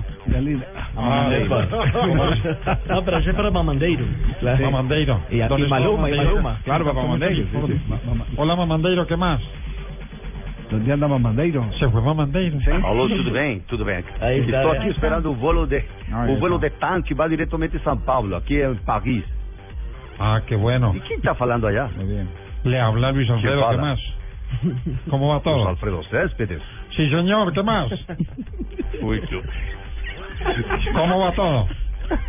No, pero ese es para Mamandeiro. Sí. Mamandeiro. Y aquí Maluma. Claro, para Mamandeiro. Hola, Mamandeiro, ¿qué más? ¿Dónde anda Mamandeiro? Se fue Mamandeiro. ¿Sí? Alô, tudo bem? Tudo bem. Estou aqui esperando o voo de TAM que vai diretamente a São Paulo, aqui em Paris. Ah, qué bueno. ¿Y quién está falando allá? Muy bien. Le habla Luis Alfredo, ¿qué más? ¿Cómo va todo? Luis Alfredo Céspedes. Sí, señor, ¿qué más? Uy, ¿Cómo va todo?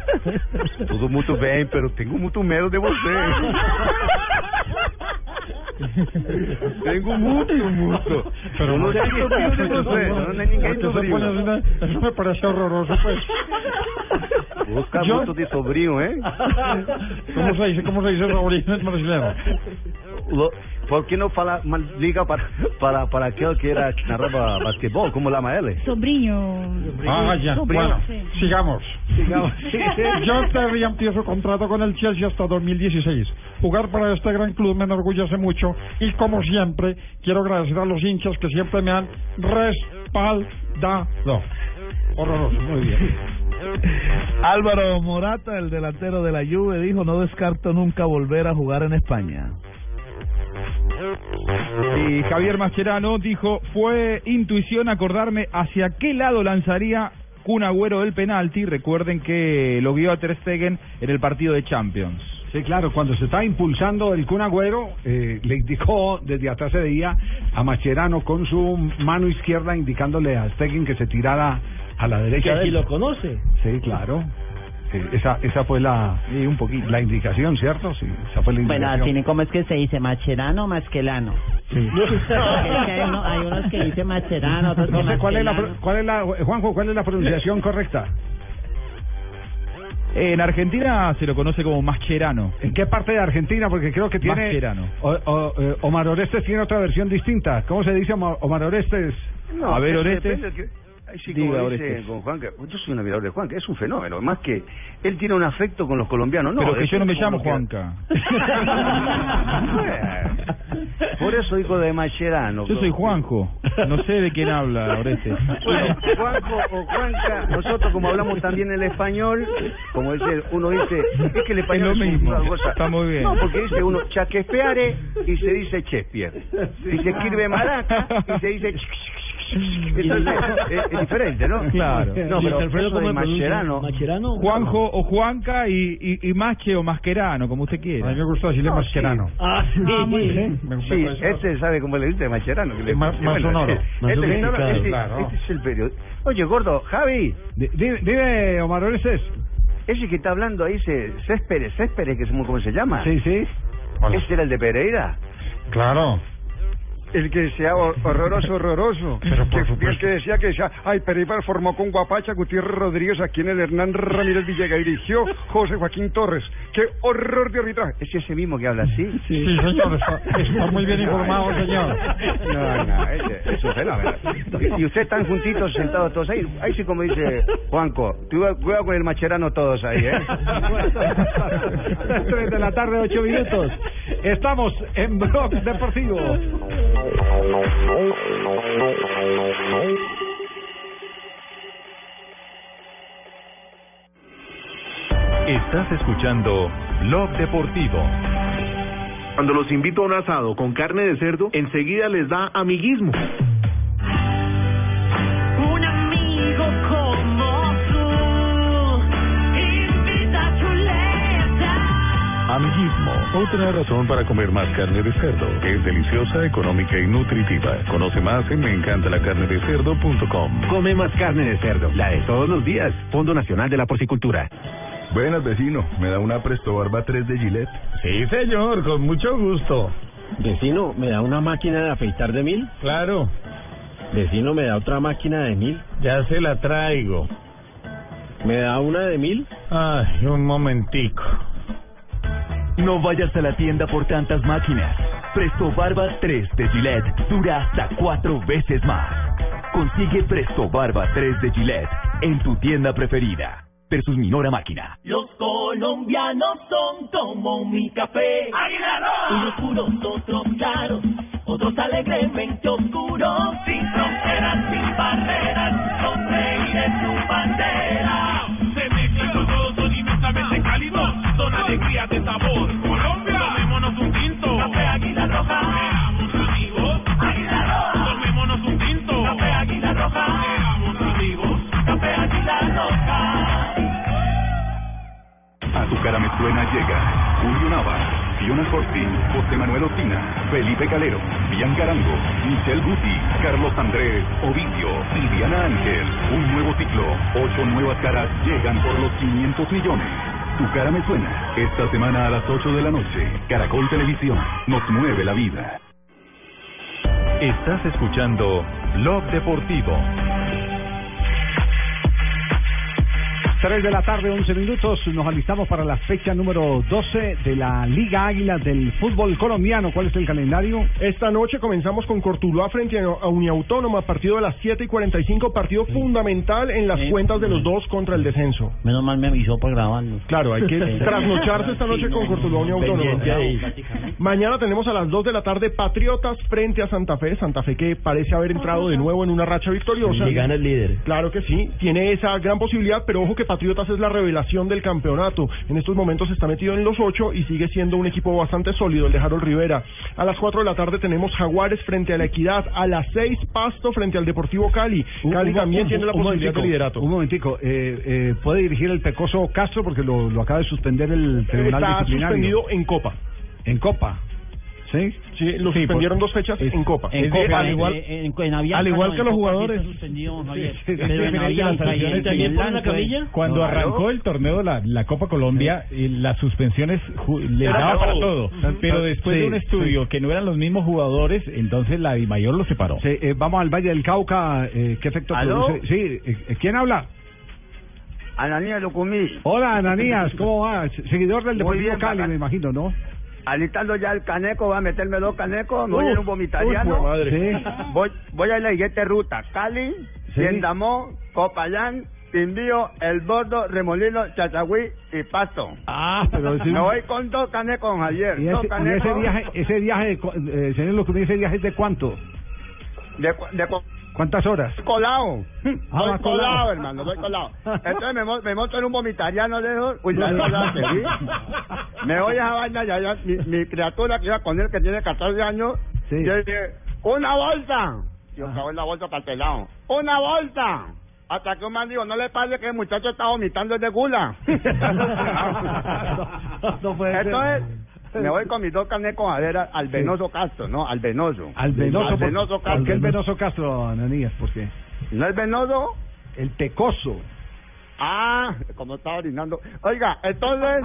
Tudo muito bem, pero tenho muito medo de você. Tengo mucho. Pero no sé qué no hay ninguém sobrinho. Eso me parece horroroso, pues. Busca mucho de sobrinho, ¿eh? ¿Cómo se dice sobrino en brasileño? ¿Por qué no liga para aquel que era narraba basquetbol? ¿Cómo la llama él? Sobrino. Ya. Sobrino. Bueno, Sí. sigamos. Yo todavía empiezo contrato con el Chelsea hasta 2016. Jugar para este gran club me enorgullece mucho y como siempre quiero agradecer a los hinchas que siempre me han respaldado. Horroroso, muy bien. Álvaro Morata, el delantero de la Juve, dijo: no descarto nunca volver a jugar en España. Y Javier Mascherano dijo: fue intuición acordarme hacia qué lado lanzaría Kun Agüero el penalti. Recuerden que lo guió a Ter Stegen en el partido de Champions. Sí, claro, cuando se estaba impulsando el Kun Agüero, le indicó desde atrás se veía a Mascherano con su mano izquierda indicándole a Stegen que se tirara a la derecha. Que si lo conoce. Sí, claro. Esa fue la indicación, ¿cierto? Sí, esa fue la indicación. Bueno, Tini, ¿cómo es que se dice? ¿Mascherano o Masquelano? Sí. Es que hay unos que dicen Mascherano, otros No que sé, Juanjo, ¿cuál es la pronunciación correcta? En Argentina se lo conoce como Mascherano. ¿En qué parte de Argentina? Porque creo que tiene... Mascherano. Omar Orestes tiene otra versión distinta. ¿Cómo se dice Omar Orestes? No, a ver, Orestes. Orestes. Sí, como Diga, dice Orestes. con Juanca, yo soy un admirador de Juanca, es un fenómeno, más que él tiene un afecto con los colombianos, ¿no? Pero que yo no me como llamo que- Juanca. Por eso digo de Mascherano. Yo soy Juanjo. No sé de quién habla, Orestes. Bueno, Juanjo o Juanca, nosotros como hablamos también el español, como dice, uno dice, es que el español Es lo es mismo, una cosa. está muy bien. No, porque dice uno chaquespeare y se dice Shakespeare. Y se escribe maraca y se dice entonces, es diferente, ¿no? Claro. No, pero Alfredo, eso ¿cómo de me pronuncia? Mascherano. ¿Mascherano? Juanjo o Juanca y Masche o Mascherano, como usted quiera. A mí me gusta decirle Mascherano. Ah, sí. muy bien. Sí, este sabe cómo le dice Mascherano. Que le Más sonoro. Más este sofisticado, claro. este es el periodo. Oye, gordo, Javi, Dime, Omar Orestes. ese que está hablando ahí, Céspedes, que es ¿cómo se llama? Sí. ¿Ese era el de Pereira? Claro. El que sea horroroso. Pero por que, supuesto. el que decía que decía, Pereira formó con Guapacha, Gutiérrez Rodríguez, aquí en el Hernán Ramírez Villegas, dirigió José Joaquín Torres. ¡Qué horror de arbitraje! ¿Es ese mismo que habla así? Sí, señor, está muy bien informado, señor. No, ese es un fenómeno. Y ustedes están juntitos, sentados todos ahí. Ahí sí, como dice Juanco, cuidado con el Mascherano todos ahí, ¿eh? 3 de la tarde, 8 minutos. Estamos en Blog Deportivo. Estás escuchando Blog Deportivo. Cuando los invito a un asado con carne de cerdo, enseguida les da amiguismo. Un amigo como tú, invita a chuleta. Amiguismo, otra razón para comer más carne de cerdo. Es deliciosa, económica y nutritiva. Conoce más en meencantalacarnedecerdo.com. Come más carne de cerdo, la de todos los días. Fondo Nacional de la Porcicultura. Buenas, vecino. ¿Me da una Presto Barba 3 de Gillette? Sí, señor, con mucho gusto. Vecino, ¿me da una máquina de afeitar de 1000? Claro, Vecino, ¿me da otra máquina de 1000? ya se la traigo. ¿Me da una de 1000? Ay, un momentico. No vayas a la tienda por tantas máquinas. Presto Barba 3 de Gillette dura hasta 4 veces más. Consigue Presto Barba 3 de Gillette en tu tienda preferida. Versus Minora Máquina. Los colombianos son como mi café. Unos puros, otros claros, otros alegremente oscuros. Sin fronteras, sin barreras, son reyes su bandera. Se mezclan con todos, son inmensamente cálidos, son alegrías de sabor. Colombia, tomémonos un tinto. Café Águila Roja. Seamos amigos. Águila Roja. Tomémonos un tinto. Café Águila Roja. Seamos amigos. Café Águila Roja. A tu cara me suena llega Julio Nava, Fiona Cortín, José Manuel Ospina, Felipe Calero, Bianca Arango, Michelle Guti, Carlos Andrés, Ovidio y Diana Ángel. Un nuevo ciclo, 8 nuevas caras llegan por los 500 millones. Tu cara me suena. Esta semana a las 8 de la noche. Caracol Televisión. Nos mueve la vida. Estás escuchando Blog Deportivo. 3 de la tarde, 11 minutos. Nos alistamos para la fecha número 12 de la Liga Águila del fútbol colombiano. ¿Cuál es el calendario? Esta noche comenzamos con Cortuluá frente a Uniautónoma, partido de las 7:45, partido fundamental en las cuentas de los dos contra el descenso. Menos mal me avisó para grabarlo. Claro, hay que trasnocharse esta noche con Cortuluá Uniautónoma. Mañana tenemos a las 2 de la tarde Patriotas frente a Santa Fe. Santa Fe que parece haber entrado de nuevo en una racha victoriosa. Y gana el líder. Claro que sí, tiene esa gran posibilidad, pero ojo que Patriotas es la revelación del campeonato. En estos momentos está metido en los 8 y sigue siendo un equipo bastante sólido, el de Harold Rivera. A las 4 de la tarde tenemos Jaguares frente a La Equidad. A las 6 Pasto frente al Deportivo Cali. Cali también tiene la posibilidad de liderato. Un momentico, puede dirigir el Pecoso Castro porque lo acaba de suspender el Tribunal Disciplinario. Está suspendido en Copa. ¿En Copa? ¿Sí? Sí, lo suspendieron 2 fechas en Copa. En Copa, al igual que los jugadores. Cuando arrancó el torneo la Copa Colombia, las suspensiones les daba para todo. Pero después de un estudio que no eran los mismos jugadores, entonces la DIMAYOR los separó. Vamos al Valle del Cauca. ¿Qué efecto produce? Sí, ¿quién habla? Ananías Lucumí. Hola, Ananías, ¿cómo va? Seguidor del Deportivo Cali, me imagino, ¿no? Alistando ya el caneco, voy a meterme 2 canecos, me voy en un vomitariano. Voy a la siguiente ruta: Cali, Ciendamó, Copayán, Pimbío, El Bordo, Remolino, Chachagüí y Pasto. Pero me voy con 2 canecos, Javier. ¿Y ese viaje, señor Lucumí, ese viaje es de cuánto? ¿Cuántas horas? Colado. Voy colado, hermano, voy colado. Entonces me monto en un vomitariano de esos. Uy, me voy a esa vaina ya mi criatura que iba con él, que tiene 14 años, yo dije, ¡una bolsa! Yo cago en la bolsa cartelado. ¡Una bolsa! Hasta que un man dijo, no le pase que el muchacho está vomitando de gula. No puede ser. Entonces, me voy con mis 2 canecos a ver al Venoso Castro, ¿no? Al Venoso. Al Venoso Castro. ¿Por qué el Venoso Castro, Ananías? ¿Por qué? ¿No es Venoso? El Pecoso. Como estaba orinando. Oiga, entonces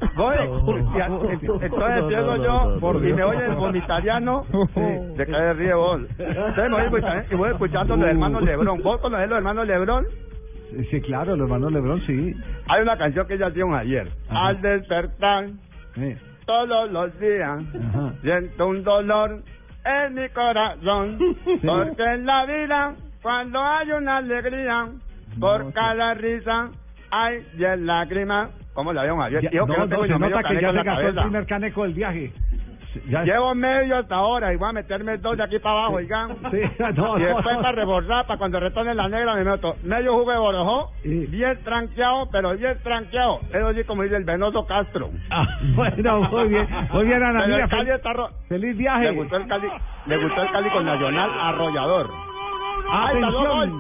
empiezo yo y me voy el vomitariano. ¿De qué ríe vos? Entonces me voy escuchando los hermanos Lebrón. ¿Vos conocés los hermanos Lebrón? Sí, claro, los hermanos Lebrón, sí. Hay una canción que ellos hicieron ayer. Ajá. Al despertar, todos los días, siento un dolor en mi corazón, porque en la vida, cuando hay una alegría, por cada risa hay 10 lágrimas. ¿Cómo la vieron ayer? Se nota que ya se gastó el primer caneco del viaje. Llevo medio hasta ahora y voy a meterme 2 de aquí para abajo, oigan. Y después para reforzar, para cuando retorne la negra me meto medio jugo de borojó, bien tranqueado, pero bien tranqueado. Eso sí, como dice el Venoso Castro. Bueno, muy bien, Ananías. Feliz viaje. Le gustó el Cali con Nacional Arrollador. Atención.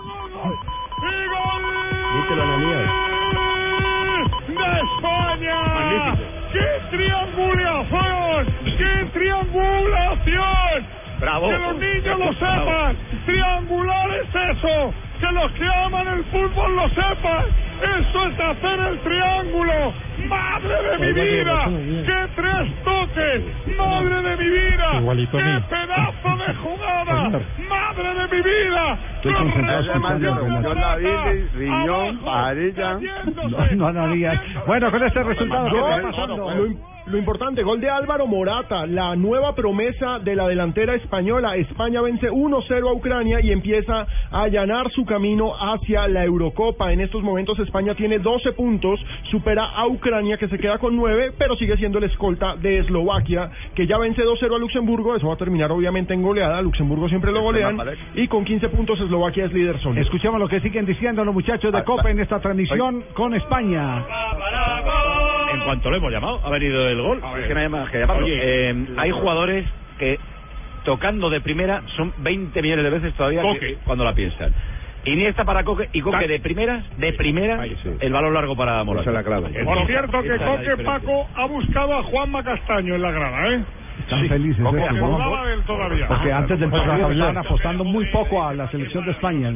Díselo, Ananías. ¡De España! ¡Magnífico! ¡Qué triangulación! ¡Qué triangulación! ¡Bravo! ¡Que los niños lo sepan! ¡Triangular es eso! ¡Que los que aman el fútbol lo sepan! ¡Eso es hacer el triángulo! ¡Madre de mi vida! ¡Qué 3 toques! ¡Madre de mi vida! ¡Qué pedazo de jugada! ¡Madre de mi vida! Estoy concentrado escuchando la riñón, parilla. No, Ananías. Bueno, con este resultado, ¿qué está pasando? Lo importante, gol de Álvaro Morata, la nueva promesa de la delantera española. España vence 1-0 a Ucrania y empieza a allanar su camino hacia la Eurocopa. En estos momentos España tiene 12 puntos, supera a Ucrania que se queda con 9, pero sigue siendo el escolta de Eslovaquia, que ya vence 2-0 a Luxemburgo. Eso va a terminar obviamente en goleada. Luxemburgo siempre lo golean. Y con 15 puntos Eslovaquia es líder sólido. Escuchemos lo que siguen diciendo los muchachos de Copa en esta transmisión con España. En cuanto lo hemos llamado, ha venido el gol. Es que no hay más que llamarlo. Hay jugadores que tocando de primera son 20 millones de veces todavía cuando la piensan. Iniesta para Coque y Coque de primera, el balón largo para Morata. Por cierto que Coque, Paco, ha buscado a Juanma Castaño en la grada, Están felices. Porque antes del partido estaban apostando muy poco a la selección de España.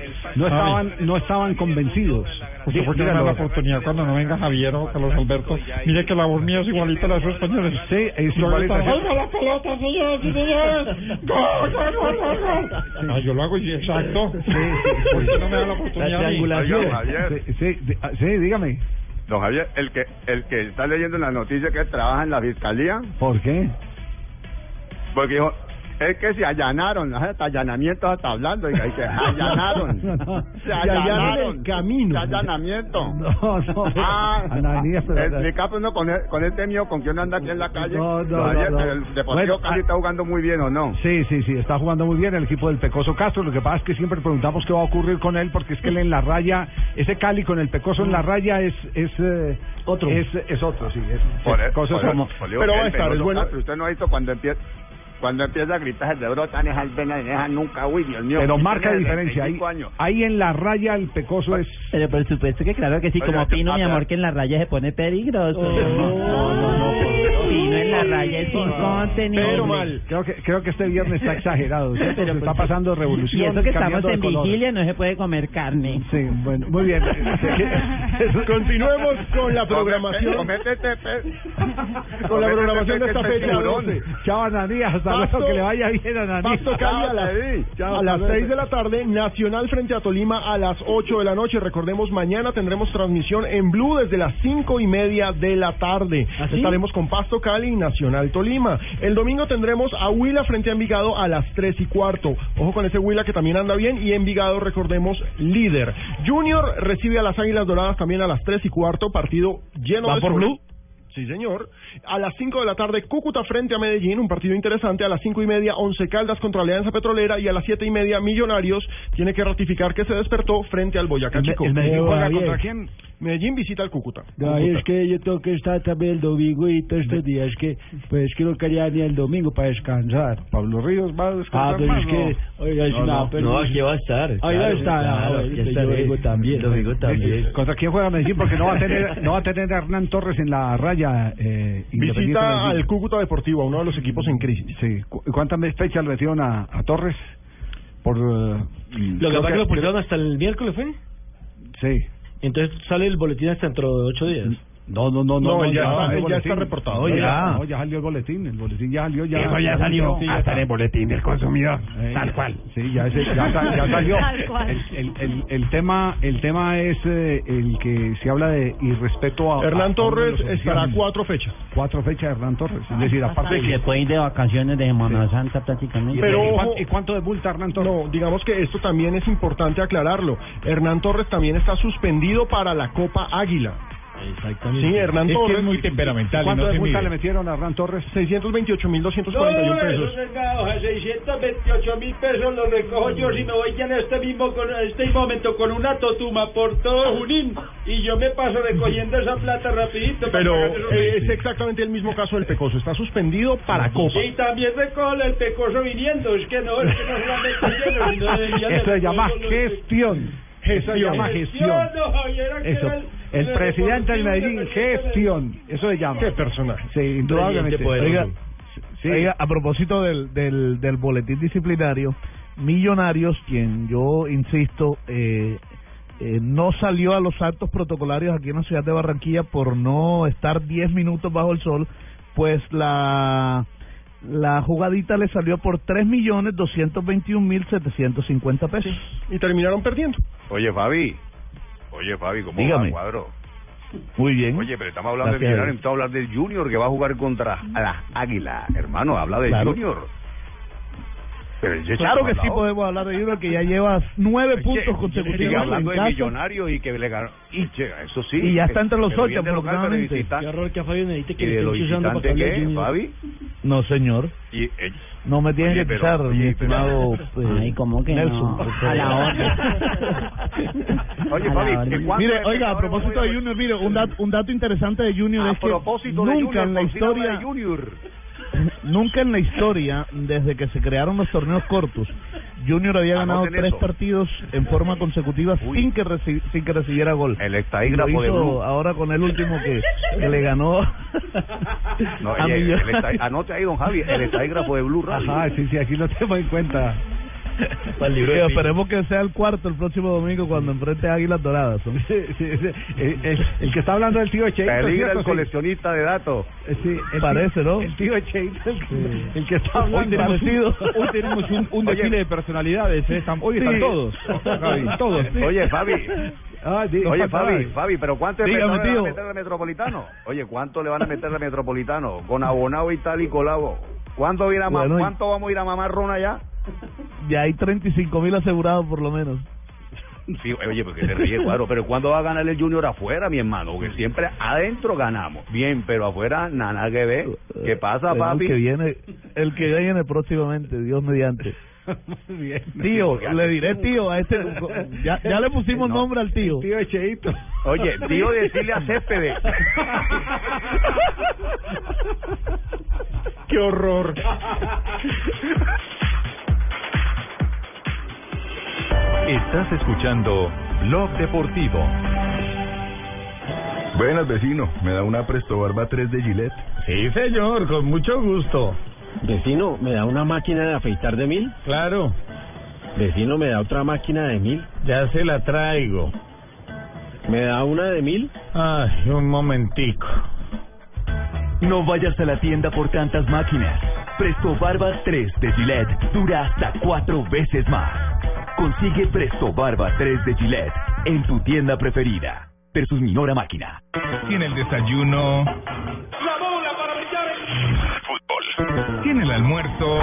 No estaban convencidos. Usted puede darme la oportunidad cuando no venga Javier o Carlos Alberto. Mire que la voz mía es igualita a la de los españoles. Sí, es igualita. ¡Oiga la pelota, señores y señores! ¡Gol, gol, gol, gol, gol! No, yo lo hago exacto. Sí. ¿Por qué no me da la oportunidad? La triangulación. Javier. Sí, dígame. Don Javier, el que está leyendo en la noticia que trabaja en la fiscalía. ¿Por qué? Porque dijo, es que se allanaron, hasta allanamiento está hablando, y se allanaron. Se allanaron el camino. Se allanamiento. No. Explica uno con este mío, con quién anda aquí en la calle. No. El Deportivo Cali está jugando muy bien, ¿o no? Sí, está jugando muy bien el equipo del Pecoso Castro. Lo que pasa es que siempre preguntamos qué va a ocurrir con él, porque es que él en la raya, ese Cali con el Pecoso en la raya es otro. Es otro, sí. Pero va a estar, es bueno. Usted no ha visto cuando empieza a gritar de brotan esas venas y dejan nunca, uy, Dios mío. Pero marca diferencia, ahí en la raya el Pecoso es... Pero por supuesto que claro que sí, como Pino, mi amor, que en la raya se pone peligroso. No. Pino en la raya es incontenible. Pero mal. Creo que este viernes está exagerado, ¿sí? Pero está pasando revolución. Y eso que estamos en vigilia, no se puede comer carne. Sí, bueno, muy bien. Continuemos con la programación. Con la programación de esta fecha. Chao, Ananías, hasta luego, que le vaya bien a Ananías. Pasto Cali a las 6 de la tarde, Nacional frente a Tolima a las 8 de la noche. Recordemos, mañana tendremos transmisión en Blue desde las 5:30 de la tarde. ¿Así? Estaremos con Pasto Cali y Nacional Tolima. El domingo tendremos a Huila frente a Envigado a las 3:15. Ojo con ese Huila que también anda bien, y Envigado, recordemos, líder. Junior recibe a las Águilas Doradas también a las 3:15, partido lleno de... ¿Va por Blue? Sí, señor. A las 5 de la tarde, Cúcuta frente a Medellín, un partido interesante. A las 5:30, Once Caldas contra Alianza Petrolera. Y a las 7:30, Millonarios tiene que ratificar que se despertó frente al Boyacá Chico. ¿El Medellín juega contra quién? Medellín visita al Cúcuta. Es que yo tengo que estar también el domingo y todos estos días, que pues que no quería ni el domingo para descansar. Pablo Ríos va a descansar. Pero es que, oiga, aquí va a estar. Ahí va a estar. Yo vengo también. ¿Contra quién juega Medellín? Porque no va a tener a Hernán Torres en la raya. Visita al Cúcuta Deportivo, a uno de los equipos en crisis. Sí. ¿Cuántas fechas le metieron a Torres? Lo que pasa es que lo pusieron hasta el miércoles, ¿fue? Sí. Entonces sale el boletín hasta dentro de 8 días. No, ya está reportado. Ya salió el boletín ya salió. Eso ya salió, hasta en el boletín del consumidor, tal cual. Sí, ya salió. El tema es el que se habla de irrespeto a... Hernán Torres estará 4 fechas. 4 fechas de Hernán Torres, es decir, aparte que después ir de vacaciones de Semana Santa prácticamente. Pero, ¿y cuánto de multa Hernán Torres? No, digamos que esto también es importante aclararlo. Hernán Torres también está suspendido para la Copa Águila. Exactamente. Sí, Hernán Torres. Es que es muy temperamental. ¿Cuánto de multa le metieron a Hernán Torres? 628.241 pesos. 628.000 pesos los recojo yo si me voy ya en este momento con una totuma por todo Junín y yo me paso recogiendo esa plata rapidito. Pero es exactamente el mismo caso del Pecoso. Está suspendido para Copa. Y también recojo el Pecoso viniendo. Es que no solamente lleno, sino eso se llama gestión. Eso se llama gestión. Eso. El presidente del Medellín, gestión. Eso se llama. ¿Qué personaje? Sí, indudablemente. Oiga, a propósito del boletín disciplinario, Millonarios, quien yo insisto, no salió a los actos protocolarios aquí en la ciudad de Barranquilla por no estar 10 minutos bajo el sol, pues la jugadita le salió por 3.221.750 pesos. Sí, y terminaron perdiendo. Oye, Fabi, ¿cómo va el cuadro? Muy bien. Oye, pero estamos hablando de Millonarios, estamos hablando del Junior que va a jugar contra las Águilas. Hermano, habla del Junior. Pero claro que sí podemos hablar de Junior, que ya lleva 9 puntos consecutivos. Sigue hablando de Millonarios y que le ganó. Y eso sí. Y ya está entre los 8, aproximadamente. Qué error que a Fabio necesite que le esté usando para ¿qué, Fabi? No, señor. No me tienes que echar, mi estimado ¿cómo que Nelson. No? A la hora. Oye, Fabi, mire, oiga, a propósito de Junior, mire, un dato interesante de Junior es que nunca en la historia... Nunca en la historia, desde que se crearon los torneos cortos, Junior había ganado Anoten 3 eso. partidos en forma consecutiva sin que recibiera gol. El hectaígrafo Lo de hizo Blue. ahora con el último que le ganó. No, a Millonarios. anote ahí, don Javi, el hectaígrafo de Blue Radio. Ajá, sí, aquí lo tengo en cuenta. Esperemos que sea el cuarto el próximo domingo cuando enfrente a Águilas Doradas. El que está hablando del tío Cheito. Peligra ¿cierto? el coleccionista de datos. Sí, Parece, ¿no? El tío Cheito, el que está hablando. Hoy tenemos un desfile de personalidades. Hoy están todos. Javi, todos. Oye, Fabi. Oye, Fabi, pero ¿cuánto Dígame, le van a tío. meter al Metropolitano? Oye, ¿cuánto le van a meter al Metropolitano? Con abonado y tal y colabo. ¿Cuánto vamos a ir a mamar ron allá? Ya hay 35.000 asegurados por lo menos. Sí, oye, porque se ríe, claro, pero ¿cuándo va a ganar el Junior afuera, mi hermano? Porque siempre adentro ganamos. Bien, pero afuera nada que ver. ¿Qué pasa, papi? El que viene próximamente, Dios mediante. Muy bien. Tío, le diré tío a este. Ya le pusimos nombre al tío. Tío Echeito. Oye, tío, decirle a Céspedes. ¡Qué horror! Estás escuchando Blog Deportivo. Buenas, vecino. ¿Me da una Presto Barba 3 de Gillette? Sí, señor, con mucho gusto. Vecino, ¿me da una máquina de afeitar de 1000? Claro. Vecino, ¿me da otra máquina de 1000? Ya se la traigo. ¿Me da una de 1000? Ay, un momentico. No vayas a la tienda por tantas máquinas. Presto Barba 3 de Gillette dura hasta 4 veces más. Consigue Presto Barba 3 de Gillette en tu tienda preferida. Versus Minora Máquina. Tiene el desayuno. La bola para brillar. Fútbol. Tiene el almuerzo.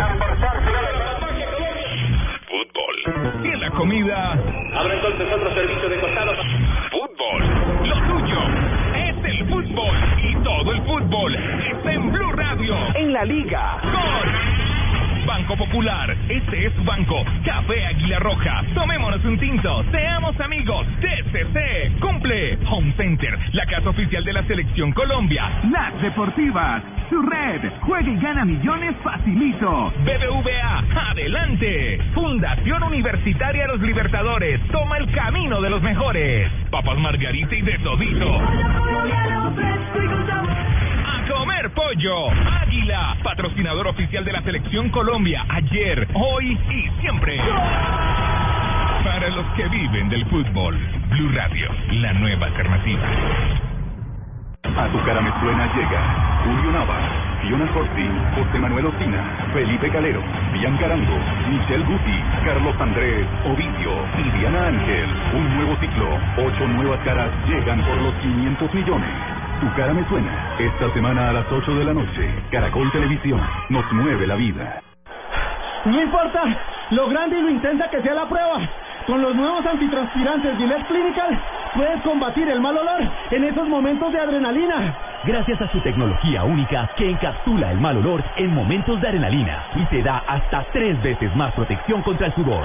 Fútbol. Tiene la comida. Habrá entonces otro servicio de costado. Fútbol. Lo tuyo es el fútbol. Y todo el fútbol está en Blue Radio. En la Liga. Gol. Banco Popular, este es su banco. Café Águila Roja, tomémonos un tinto, seamos amigos. TCC, cumple. Home Center, la casa oficial de la Selección Colombia. Las Deportivas, su red, juega y gana millones facilito. BBVA, adelante. Fundación Universitaria Los Libertadores, toma el camino de los mejores. Papas Margarita y de todito. A comer pollo. Águila, patrocinador oficial de la Selección Colombia, ayer, hoy y siempre. Para los que viven del fútbol, Blue Radio, la nueva alternativa. A tu cara me suena llega Julio Nava, Fiona Corti, José Manuel Ospina, Felipe Calero, Bianca Arango, Michelle Guti, Carlos Andrés, Ovidio y Diana Ángel. Un nuevo ciclo, 8 nuevas caras llegan por los 500 millones. Tu cara me suena. Esta semana a las 8 de la noche, Caracol Televisión nos mueve la vida. No importa lo grande y lo intensa que sea la prueba. Con los nuevos antitranspirantes Gillette Clinical puedes combatir el mal olor en esos momentos de adrenalina. Gracias a su tecnología única que encapsula el mal olor en momentos de adrenalina y te da hasta 3 veces más protección contra el sudor.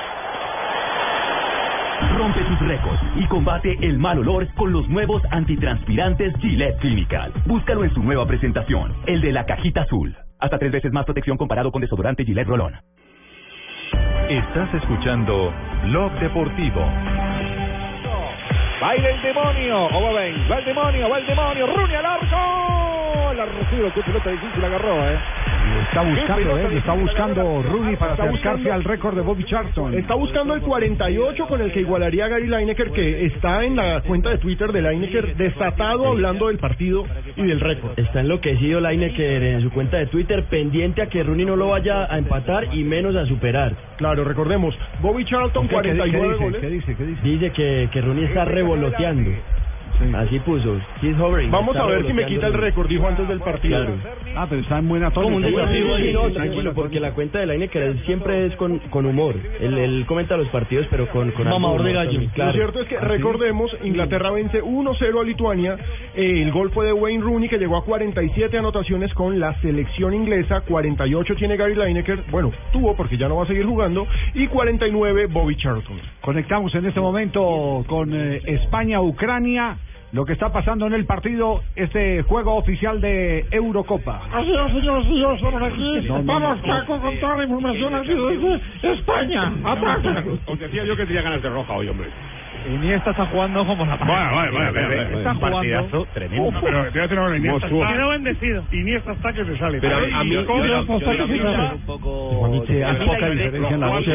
Rompe tus récords y combate el mal olor con los nuevos antitranspirantes Gillette Clinical. Búscalo en su nueva presentación, el de la cajita azul. Hasta 3 veces más protección comparado con desodorante Gillette Rolón. Estás escuchando Blog Deportivo. ¡Baila el demonio! ¡Oh, ven! ¡Va el demonio! ¡Va el demonio! ¡Rune al arco! El arrecido, qué pelota difícil agarró, Está buscando Rooney para acercarse al récord de Bobby Charlton. Está buscando el 48 con el que igualaría a Gary Lineker, que está en la cuenta de Twitter de Lineker desatado hablando del partido y del récord. Está enloquecido Lineker en su cuenta de Twitter, pendiente a que Rooney no lo vaya a empatar y menos a superar. Claro, recordemos, Bobby Charlton, 49 goles. ¿Qué dice? Dice que Rooney está revoloteando. Así puso. Vamos a ver si me quita el récord, dijo antes del partido. Claro. Pero está en buena tónica. Como un desafío ahí, no, tranquilo, porque la cuenta de Lineker siempre es con humor. Él comenta los partidos, pero con mamador de gallo. Claro. Lo cierto es que, recordemos, Inglaterra vence 1-0 a Lituania. El gol fue de Wayne Rooney, que llegó a 47 anotaciones con la selección inglesa. 48 tiene Gary Lineker. Bueno, tuvo porque ya no va a seguir jugando. Y 49 Bobby Charlton. Conectamos en este momento con España-Ucrania. lo que está pasando en el partido, este juego oficial de Eurocopa. Así es, señor, sí, estamos aquí. Vamos, Paco, con toda la información así desde España. Ataca. Os decía yo que tenía ganas de roja hoy, hombre. Iniesta está jugando como la Bueno, está partidazo tremendo. Pero te voy a tener una Iniesta. Quedó bendecido. Iniesta está que se sale. Pero a mí un poco... Hay poca diferencia en la voz.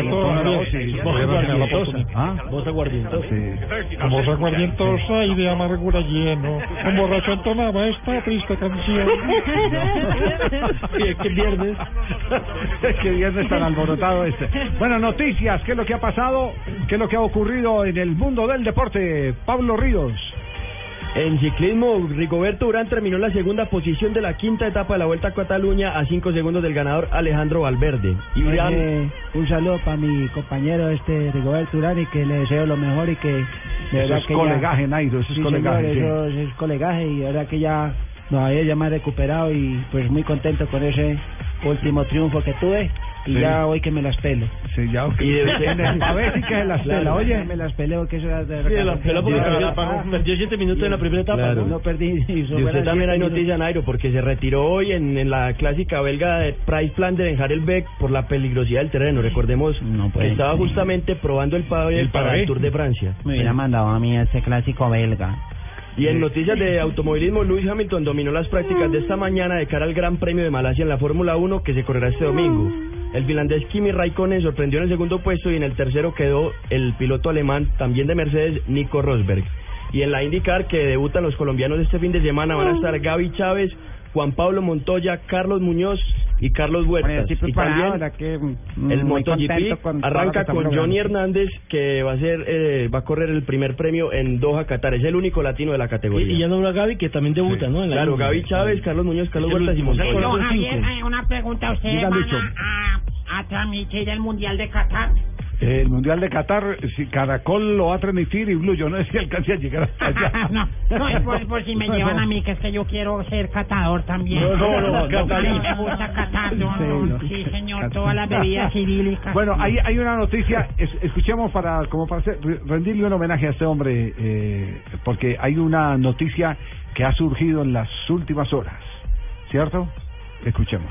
Voz aguardientosa. Con voz aguardientosa y de amargura lleno. Un borracho entonaba esta triste canción. Es que viernes. Es que viernes tan alborotado este. Bueno, noticias. ¿Qué es lo que ha pasado? ¿Qué es lo que ha ocurrido en el mundo del deporte? Pablo Ríos. En ciclismo, Rigoberto Urán terminó la segunda posición de la quinta etapa de la Vuelta a Cataluña a 5 segundos del ganador Alejandro Valverde. Y Urán... un saludo para mi compañero Rigoberto Urán y que le deseo lo mejor y que de verdad eso es colegaje, ya... Nairo, eso es colegaje. Señor, eso es colegaje y de verdad que ya me he recuperado y pues muy contento con ese último triunfo que tuve. Y ya hoy que me las pelo. Sí, ya y a ver si que se las pela, oye. Me las peleo, que eso era de verdad. Sí, las peló porque perdió 7 minutos en la primera etapa. Claro. No perdí. Y usted también hay noticia, Nairo, porque se retiró hoy en la clásica belga de Price Flanders en Harelbeke por la peligrosidad del terreno. Recordemos que estaba justamente probando el pavé para el Tour de Francia. Me hubiera mandado a mí ese clásico belga. Y en noticias de automovilismo, Lewis Hamilton dominó las prácticas de esta mañana de cara al Gran Premio de Malasia en la Fórmula 1 que se correrá este domingo. El finlandés Kimi Raikkonen sorprendió en el segundo puesto y en el tercero quedó el piloto alemán, también de Mercedes, Nico Rosberg. Y en la IndyCar, que debutan los colombianos este fin de semana, van a estar Gaby Chávez, Juan Pablo Montoya, Carlos Muñoz y Carlos Huertas. Y también el MotoGP arranca con Johnny Hernández, que va a correr el primer premio en Doha, Qatar. Es el único latino de la categoría. Y ya no Gaby, que también debuta, ¿no? Claro, Gaby Chávez, Carlos Muñoz, Carlos Huertas y Montoya. No, Javier, una pregunta. ¿Ustedes van a transmitir el Mundial de Qatar? El Mundial de Qatar, si Caracol lo va a transmitir y Blue, yo no sé si alcance a llegar hasta allá. No, es por si me llevan a mí, que es que yo quiero ser catador también. No, catarí. Me gusta catar, sí, señor, todas las bebidas cirílicas. Bueno, hay una noticia, escuchemos para rendirle un homenaje a este hombre, porque hay una noticia que ha surgido en las últimas horas, ¿cierto? Escuchemos.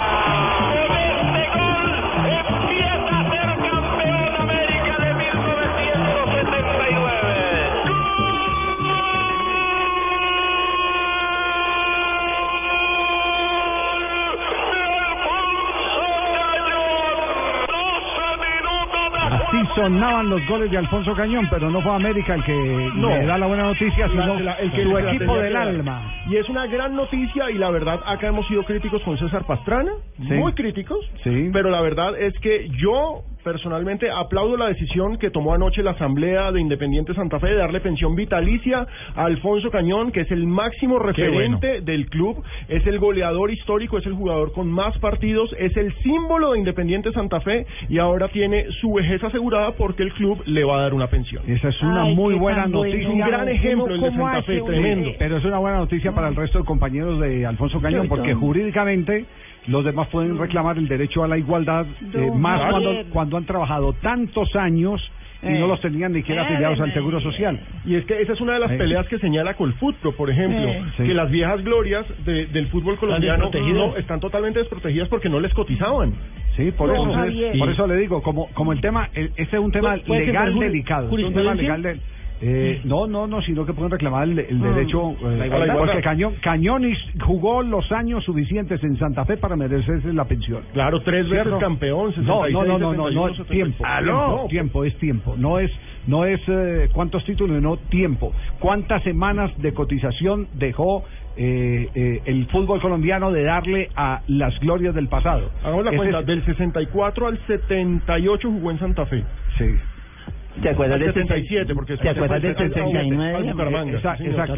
Así sonaban los goles de Alfonso Cañón, pero no fue América el que le da la buena noticia, sino el que su equipo del alma. Y es una gran noticia y la verdad acá hemos sido críticos con César Pastrana, muy críticos, pero la verdad es que yo personalmente aplaudo la decisión que tomó anoche la Asamblea de Independiente Santa Fe de darle pensión vitalicia a Alfonso Cañón, que es el máximo referente del club, es el goleador histórico, es el jugador con más partidos, es el símbolo de Independiente Santa Fe y ahora tiene su vejez asegurada porque el club le va a dar una pensión. Esa es una muy buena noticia. Un gran ejemplo el de Santa Fe, tremendo. Pero es una buena noticia para el resto de compañeros de Alfonso Cañón, porque jurídicamente los demás pueden reclamar el derecho a la igualdad, más cuando han trabajado tantos años y no los tenían ni siquiera afiliados al Seguro Social. Y es que esa es una de las peleas que señala Colfutro, por ejemplo, que las viejas glorias del fútbol colombiano no están totalmente desprotegidas porque no les cotizaban. Sí, por eso le digo, como el tema, ese es un tema legal delicado, es un tema legal no, sino que pueden reclamar el derecho, porque Cañón jugó los años suficientes en Santa Fe para merecerse la pensión. Claro, 3 veces campeón, 66, no, es tiempo. Tiempo, no es cuántos títulos, no tiempo. ¿Cuántas semanas de cotización dejó el fútbol colombiano de darle a las glorias del pasado? Hagamos la cuenta, del 64 al 78 jugó en Santa Fe. Sí. ¿Te acuerdas del 77? Porque ¿te acuerdas del 69? Exacto.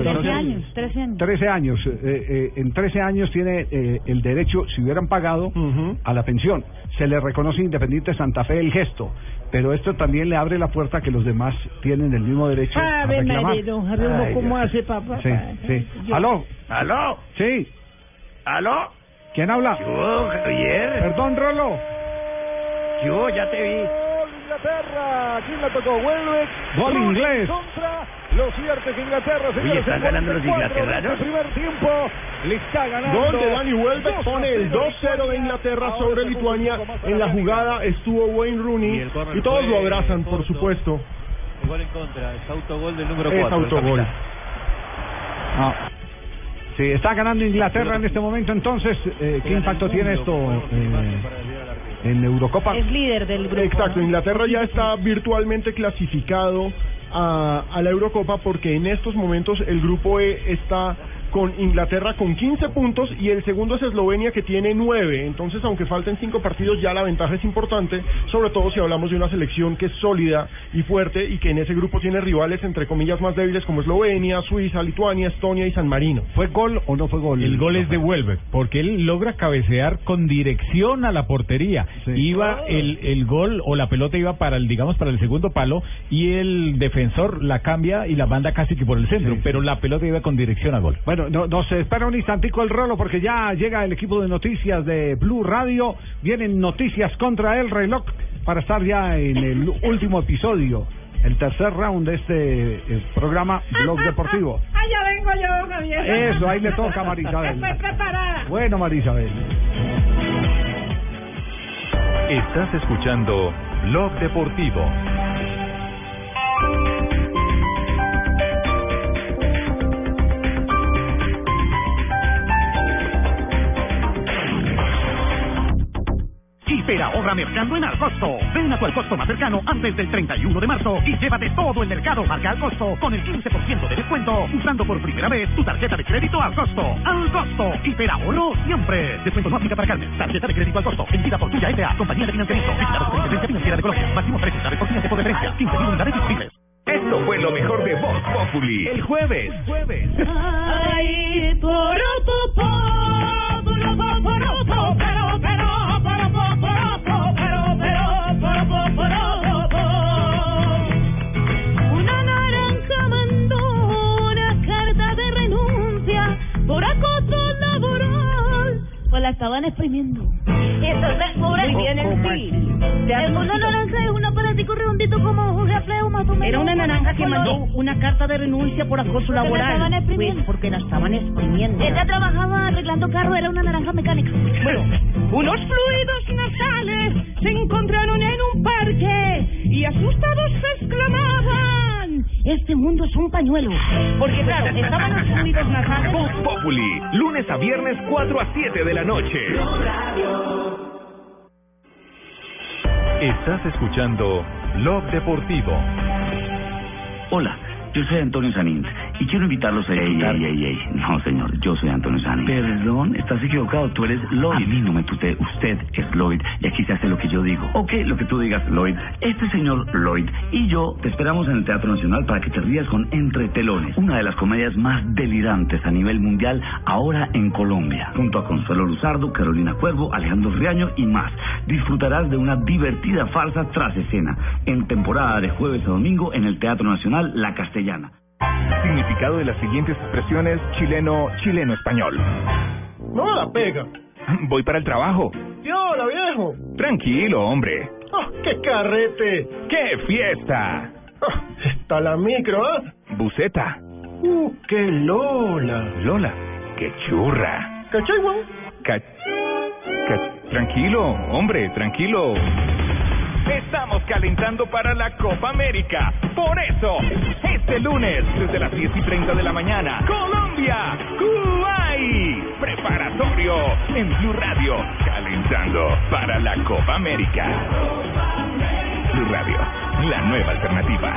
13 años. En 13 años tiene el derecho, si hubieran pagado, a la pensión. Se le reconoce Independiente Santa Fe el gesto, pero esto también le abre la puerta a que los demás tienen el mismo derecho a reclamar. ¿Cómo hace, papá? Sí. ¿Aló? Sí. ¿Aló? ¿Quién habla? Yo, Javier. Perdón, Rolo. Yo, ya te vi. Inglaterra, ¿quién la tocó? Welbeck. Gol inglés. Contra Lo cierto es que Inglaterra, señores, están ganando los inglaterranos. El primer tiempo le está ganando. Gol de Danny Welbeck pone el 2-0 de Inglaterra sobre Lituania. En la jugada estuvo Wayne Rooney y todos lo abrazan, por supuesto. El gol en contra, es autogol del número 4. Es autogol. Sí, está ganando Inglaterra en este momento, entonces, ¿qué impacto tiene esto en Eurocopa? Es líder del grupo. Exacto, Inglaterra ya está virtualmente clasificado a la Eurocopa porque en estos momentos el grupo E está con Inglaterra con 15 puntos y el segundo es Eslovenia que tiene 9. Entonces, aunque falten 5 partidos, ya la ventaja es importante, sobre todo si hablamos de una selección que es sólida y fuerte y que en ese grupo tiene rivales entre comillas más débiles como Eslovenia, Suiza, Lituania, Estonia y San Marino. ¿Fue gol o no fue gol? El gol es de Welbeck, porque él logra cabecear con dirección a la portería. Sí. Iba el gol o la pelota iba para el, digamos, para el segundo palo y el defensor la cambia y la manda casi que por el centro, pero la pelota iba con dirección a gol. Bueno, nos espera un instantico el Rolo porque ya llega el equipo de noticias de Blue Radio. Vienen noticias contra el reloj para estar ya en el último episodio, el tercer round de este programa Blog Deportivo. Ya vengo yo, Javier. Eso, ahí le toca a Marisabel. Estoy preparada. Bueno, Marisabel. Estás escuchando Blog Deportivo. Hiperahorra mercando en Alcosto. Ven a tu Alcosto más cercano antes del 31 de marzo y llévate todo el mercado marca Alcosto con el 15% de descuento usando por primera vez tu tarjeta de crédito Alcosto. Alcosto, hiperahorro siempre. Descuento no aplica para Carmen. Tarjeta de crédito Alcosto, emitida por Tuya S.A. Compañía de Financiamiento. Vigilado Superintendencia Financiera de Colombia. Máximo precio por ciento por referencia. 15.000 unidades disponibles. Esto fue lo mejor de Voz Populi. El jueves. Ay, una naranja mandó una carta de renuncia por acoso laboral. Pues la estaban exprimiendo. Entonces, pobre bien en sí. Una naranja es un aparatico redondito como un reflejo más o menos. Era una naranja que mandó una carta de renuncia por acoso laboral. Pues porque la estaban exprimiendo. Ella trabajaba arreglando carros, era una naranja mecánica. Bueno, unos fluidos nasales se encontraron en un parque y asustados exclamaban: este mundo es un pañuelo. Porque claro, estaban los fluidos nasales. Voz Populi, lunes a viernes 4 a 7 de la noche. Estás escuchando Blog Deportivo. Hola, yo soy Antonio Sanint y quiero invitarlos a... Ey. No, señor, yo soy Antonio Sanint. Perdón, estás equivocado, tú eres Lloyd. A mí no me tutee, usted es Lloyd y aquí se hace lo que yo digo. Ok, lo que tú digas, Lloyd. Este señor Lloyd y yo te esperamos en el Teatro Nacional para que te rías con Entre Telones, una de las comedias más delirantes a nivel mundial ahora en Colombia. Junto a Consuelo Luzardo, Carolina Cuervo, Alejandro Riaño y más. Disfrutarás de una divertida farsa tras escena en temporada de jueves a domingo en el Teatro Nacional La Castellana. Significado de las siguientes expresiones chileno-español. No la pega. Voy para el trabajo. ¿Qué hola, viejo? Tranquilo, hombre. ¡Oh, qué carrete! ¡Qué fiesta! Oh, está la micro, ¿eh? Buceta. ¡Qué Lola! Lola, qué churra. ¿Cachai, weón? Tranquilo, hombre, tranquilo. Estamos calentando para la Copa América. Por eso, este lunes, desde las 10:30 de la mañana, Colombia, Kuwait. Preparatorio en Blue Radio, calentando para la Copa América. Blue Radio, la nueva alternativa.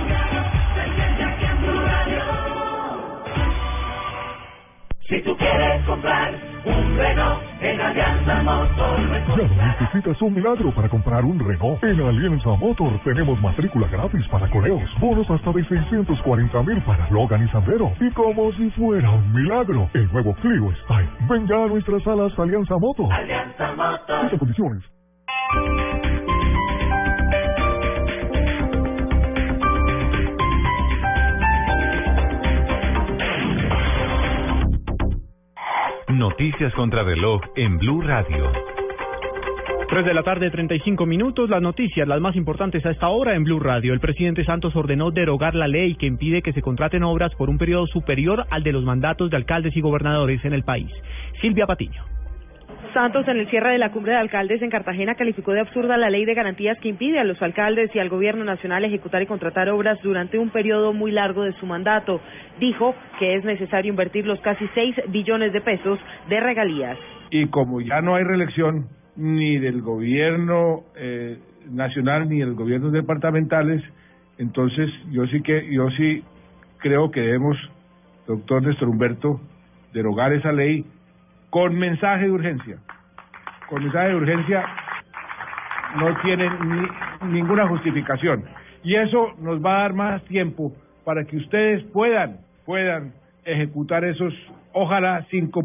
Si tú quieres comprar un Renault en Alianza Motor, ya no necesitas un milagro para comprar un Renault. En Alianza Motor tenemos matrícula gratis para Coreos, bonos hasta de 640,000 para Logan y Sandero. Y como si fuera un milagro, el nuevo Clio Style. Ven ya a nuestras salas Alianza Motor. Alianza Motor. Estas condiciones. Noticias contra reloj en Blue Radio. 3 de la tarde, 35 minutos. Las noticias, las más importantes a esta hora en Blue Radio. El presidente Santos ordenó derogar la ley que impide que se contraten obras por un periodo superior al de los mandatos de alcaldes y gobernadores en el país. Silvia Patiño. Santos, en el cierre de la cumbre de alcaldes en Cartagena, calificó de absurda la ley de garantías que impide a los alcaldes y al gobierno nacional ejecutar y contratar obras durante un periodo muy largo de su mandato. Dijo que es necesario invertir los casi 6 billones de pesos de regalías. Y como ya no hay reelección ni del gobierno nacional ni del gobierno departamentales, entonces yo sí creo que debemos, doctor Néstor Humberto, derogar esa ley con mensaje de urgencia. Con mensaje de urgencia no tiene ninguna justificación. Y eso nos va a dar más tiempo para que ustedes puedan ejecutar esos, ojalá,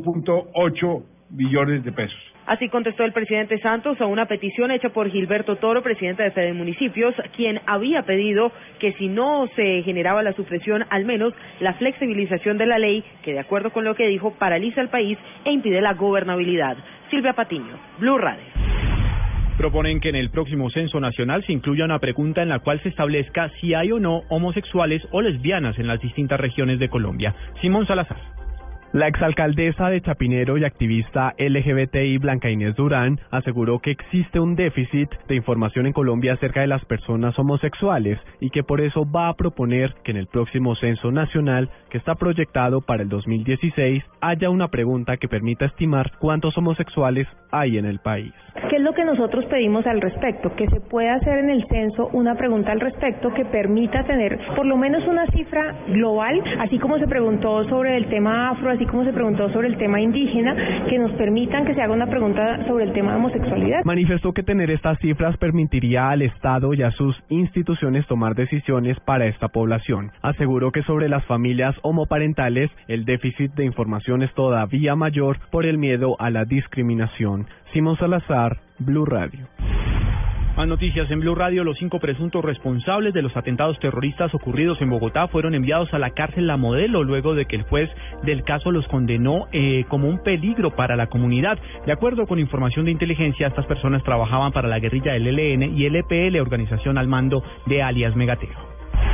5.8 billones de pesos. Así contestó el presidente Santos a una petición hecha por Gilberto Toro, presidente de Fede Municipios, quien había pedido que si no se generaba la supresión, al menos la flexibilización de la ley, que de acuerdo con lo que dijo, paraliza el país e impide la gobernabilidad. Silvia Patiño, Blue Radio. Proponen que en el próximo censo nacional se incluya una pregunta en la cual se establezca si hay o no homosexuales o lesbianas en las distintas regiones de Colombia. Simón Salazar. La exalcaldesa de Chapinero y activista LGBTI Blanca Inés Durán aseguró que existe un déficit de información en Colombia acerca de las personas homosexuales y que por eso va a proponer que en el próximo censo nacional, que está proyectado para el 2016, haya una pregunta que permita estimar cuántos homosexuales hay en el país. ¿Qué es lo que nosotros pedimos al respecto? Que se pueda hacer en el censo una pregunta al respecto que permita tener por lo menos una cifra global, así como se preguntó sobre el tema afro, así como se preguntó sobre el tema indígena, que nos permitan que se haga una pregunta sobre el tema de homosexualidad. Manifestó que tener estas cifras permitiría al Estado y a sus instituciones tomar decisiones para esta población. Aseguró que sobre las familias homoparentales el déficit de información es todavía mayor por el miedo a la discriminación. Simón Salazar, Blue Radio. Más noticias en Blue Radio. Los 5 presuntos responsables de los atentados terroristas ocurridos en Bogotá fueron enviados a la cárcel La Modelo luego de que el juez del caso los condenó como un peligro para la comunidad. De acuerdo con información de inteligencia, estas personas trabajaban para la guerrilla del ELN y el EPL, organización al mando de alias Megatero.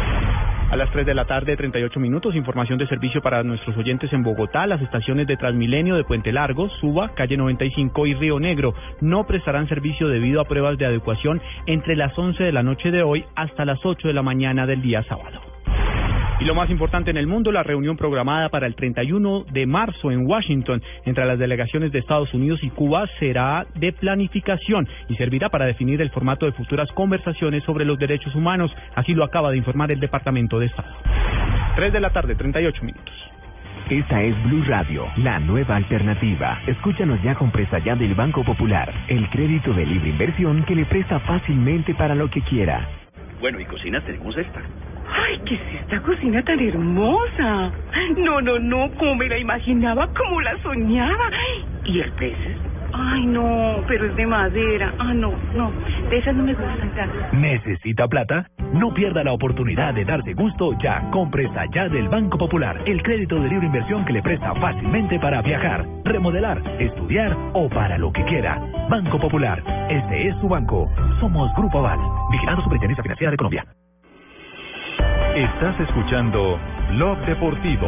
A las 3 de la tarde, 38 minutos, información de servicio para nuestros oyentes en Bogotá. Las estaciones de Transmilenio de Puente Largo, Suba, Calle 95 y Río Negro no prestarán servicio debido a pruebas de adecuación entre las 11 de la noche de hoy hasta las 8 de la mañana del día sábado. Y lo más importante en el mundo, la reunión programada para el 31 de marzo en Washington entre las delegaciones de Estados Unidos y Cuba será de planificación y servirá para definir el formato de futuras conversaciones sobre los derechos humanos. Así lo acaba de informar el Departamento de Estado. 3 de la tarde, 38 minutos. Esta es Blue Radio, la nueva alternativa. Escúchanos ya con Presta Ya del Banco Popular, el crédito de libre inversión que le presta fácilmente para lo que quiera. Bueno, y cocinas tenemos esta. ¡Ay, qué es esta cocina tan hermosa! No, como me la imaginaba, como la soñaba. ¿Y el pez? Ay, no, pero es de madera. No, de esas no me gustan tanto. ¿Necesita plata? No pierda la oportunidad de darse gusto ya con Presta Ya del Banco Popular, el crédito de libre inversión que le presta fácilmente para viajar, remodelar, estudiar o para lo que quiera. Banco Popular, este es su banco. Somos Grupo Aval, vigilando Superintendencia Financiera de Colombia. Estás escuchando Blog Deportivo.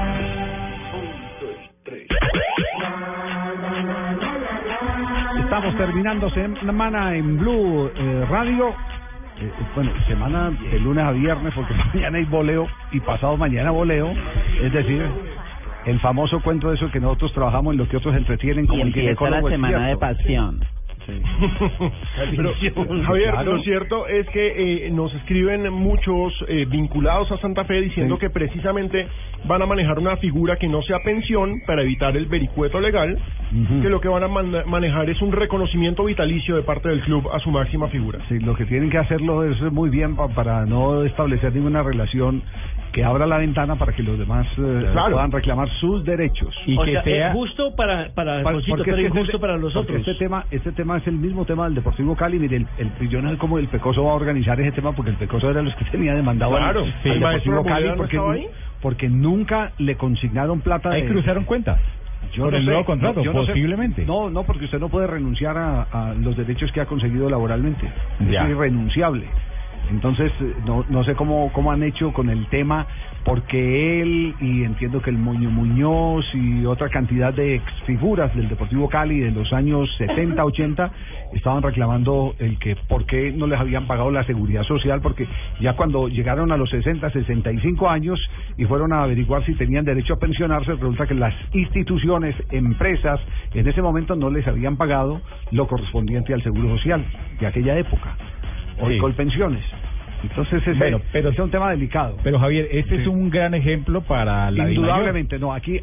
Estamos terminando semana en Blue Radio. Bueno, semana de lunes a viernes, porque mañana hay voleo y pasado mañana voleo. Es decir, el famoso cuento de eso que nosotros trabajamos en lo que otros entretienen como y empieza la semana de pasión. Sí. Pero, Javier, claro. Lo cierto es que nos escriben muchos vinculados a Santa Fe diciendo que precisamente van a manejar una figura que no sea pensión para evitar el vericueto legal, que lo que van a manejar es un reconocimiento vitalicio de parte del club a su máxima figura. Sí, lo que tienen que hacerlo es muy bien para no establecer ninguna relación que abra la ventana para que los demás puedan reclamar sus derechos. Y que sea justo para Josito, pero injusto para los otros. Este tema es el mismo tema del Deportivo Cali. Mire, yo no sé cómo el Pecoso va a organizar ese tema, porque el Pecoso era los que tenía demandado al Deportivo Cali, porque nunca le consignaron plata. Ahí cruzaron cuentas. Yo por no el sé, nuevo contrato, yo no sé. posiblemente. No, porque usted no puede renunciar a los derechos que ha conseguido laboralmente. Ya. Es irrenunciable. Entonces, no sé cómo han hecho con el tema, porque él, y entiendo que el Moño Muñoz y otra cantidad de exfiguras del Deportivo Cali de los años 70, 80, estaban reclamando el que por qué no les habían pagado la seguridad social, porque ya cuando llegaron a los 60, 65 años y fueron a averiguar si tenían derecho a pensionarse, resulta que las instituciones, empresas, en ese momento no les habían pagado lo correspondiente al seguro social de aquella época. Hoy con pensiones. Entonces pero es un tema delicado. Pero Javier, este es un gran ejemplo para la indudablemente. No, aquí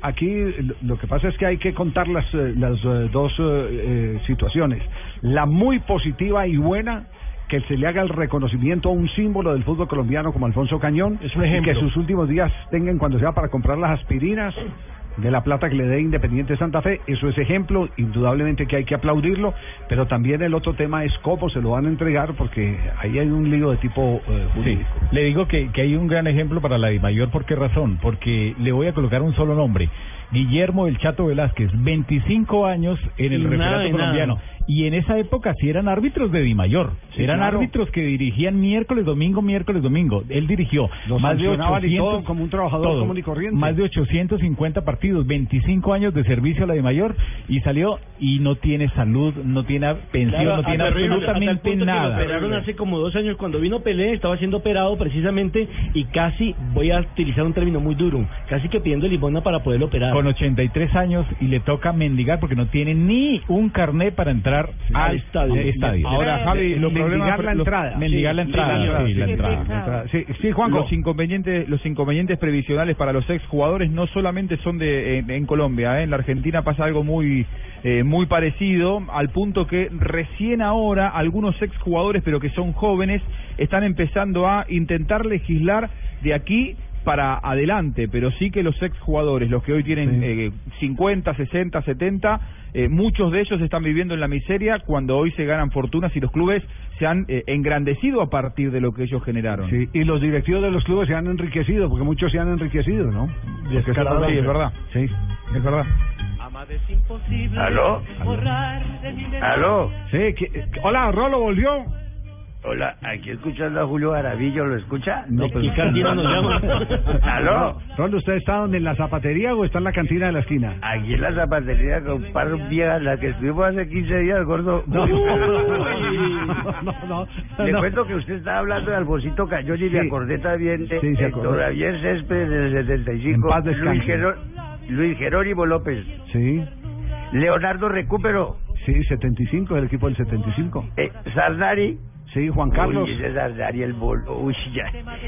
lo que pasa es que hay que contar las dos situaciones. La muy positiva y buena, que se le haga el reconocimiento a un símbolo del fútbol colombiano como Alfonso Cañón, es un ejemplo. Y que sus últimos días tengan, cuando sea para comprar las aspirinas, de la plata que le dé Independiente Santa Fe. Eso es ejemplo, indudablemente que hay que aplaudirlo, pero también el otro tema es cómo se lo van a entregar, porque ahí hay un lío de tipo jurídico. Sí. Le digo que hay un gran ejemplo para la DIMAYOR. ¿Por qué razón? Porque le voy a colocar un solo nombre: Guillermo El Chato Velázquez, 25 años en el referato colombiano. Y en esa época sí eran árbitros de DIMAYOR, eran árbitros que dirigían miércoles, domingo. Él dirigió más de 800, y todo como un trabajador común y corriente. Más de 850 partidos, 25 años de servicio a la DIMAYOR, y salió y no tiene salud, no tiene pensión, no tiene absolutamente nada. Lo operaron hace como 2 años. Cuando vino Pelé estaba siendo operado precisamente, y casi, voy a utilizar un término muy duro, casi que pidiendo limosna para poderlo operar. Con 83 años, y le toca mendigar porque no tiene ni un carné para entrar al estadio. Ahora, Javi, mendigar la entrada. Mendigar la entrada. Sí, Juanjo. Los inconvenientes previsionales para los exjugadores no solamente son en Colombia, en la Argentina pasa algo muy parecido, al punto que recién ahora algunos exjugadores, pero que son jóvenes, están empezando a intentar legislar de aquí para adelante, pero sí que los exjugadores, los que hoy tienen 50, 60, 70, muchos de ellos están viviendo en la miseria cuando hoy se ganan fortunas, y los clubes se han engrandecido a partir de lo que ellos generaron. Sí, y los directivos de los clubes se han enriquecido, porque muchos se han enriquecido, ¿no? Sí, es verdad. Sí, es verdad. ¿Aló? ¿Aló? Sí, hola, Rolo volvió. Hola, aquí escuchando a Julio Garavillo, ¿lo escucha? No, ¿Qué cantina nos llama? ¿Aló? Rolo, ¿usted está donde, en la zapatería o está en la cantina de la esquina? Aquí en la zapatería con un par viejas, la que estuvimos hace 15 días, gordo. No. Le cuento que usted estaba hablando de Alfonsito Cañón y me acordé también de Héctor Javier Céspedes del 75. En paz descanse. Luis Jerónimo López. Sí. Leonardo Recupero. Sí, 75, el equipo del 75. Sarnari. Sí, Juan Carlos. Uy, ese Sarnari, el bolo. Uy, ya.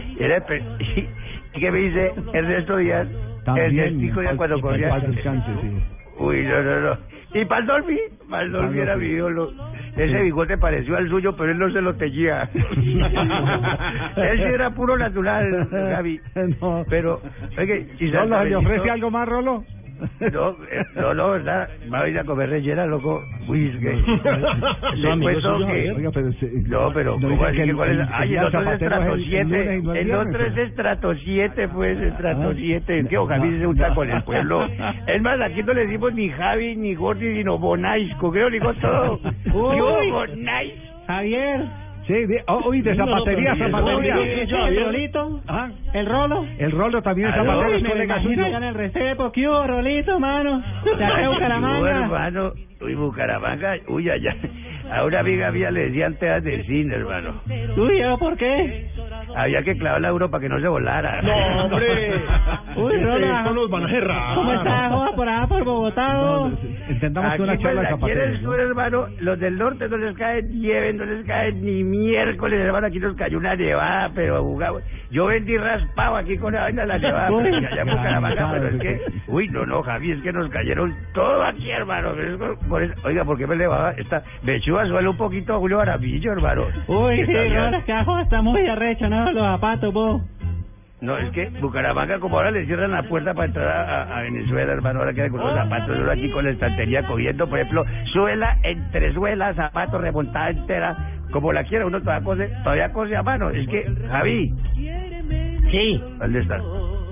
¿Y qué me dice Ernesto Díaz? También. Ernesto Díaz cuando corría. Paz descanse, sí. Uy, no. ¿Y Paldolfi? Paldolfi era mi ídolo. Ese bigote pareció al suyo, pero él no se lo teñía. Él sí era puro natural, Gaby. No. Pero, oye, ¿Rolo, le ofrece algo más, Rolo? No, ¿verdad? Va a ir a comer rellena, loco. Uy, es que... Le cuento que... Oiga, pero ¿cómo así que cuál es? Ay, el otro es estrato 7. El otro es estrato 7, pues, estrato 7. Que Javi se junta con el pueblo. Es más, aquí no le decimos ni Javi, ni Gordi, sino Bonaisco. Creo que digo todo. Uy, Bonais. Javier. Sí, de zapatería. El Rolito, el Rolo. El Rolo también es zapatero, es colega suyo. En el Recepo, ¿qué hubo, Rolito, mano? De acá Bucaramanga. Hermano, Bucaramanga, allá. A una amiga mía le decían teas de cine, hermano. Uy, ¿por qué? Había que clavar la euro para que no se volara. No, hombre. Uy, Rola. Son los Banjerra. ¿Cómo está, Joa, por allá, por Bogotá? Intentamos que una charla de zapateros. Aquí en el sur, hermano, los del norte no les cae nieve, no les cae ni miércoles, hermano. Aquí nos cayó una nevada, pero jugamos. Yo vendí raspado aquí con la vaina de la nevada, pero allá en Bucaramanga, pero es que... Uy, no, Javi, es que nos cayeron todo aquí, hermano. Oiga, ¿por qué me levaba esta... Me chuba suelo un poquito a Julio Garavillo, hermano. Uy, sí, Rola, que Joa está muy arrecho, ¿no? Los zapatos, vos. No, es que Bucaramanga, como ahora le cierran la puerta para entrar a Venezuela, hermano, ahora queda con los zapatos, yo aquí con la estantería cogiendo, por ejemplo, suela, entresuela, zapato, remontada entera, como la quiera, uno todavía cose a mano. Es que, Javi. Sí. ¿Dónde estás?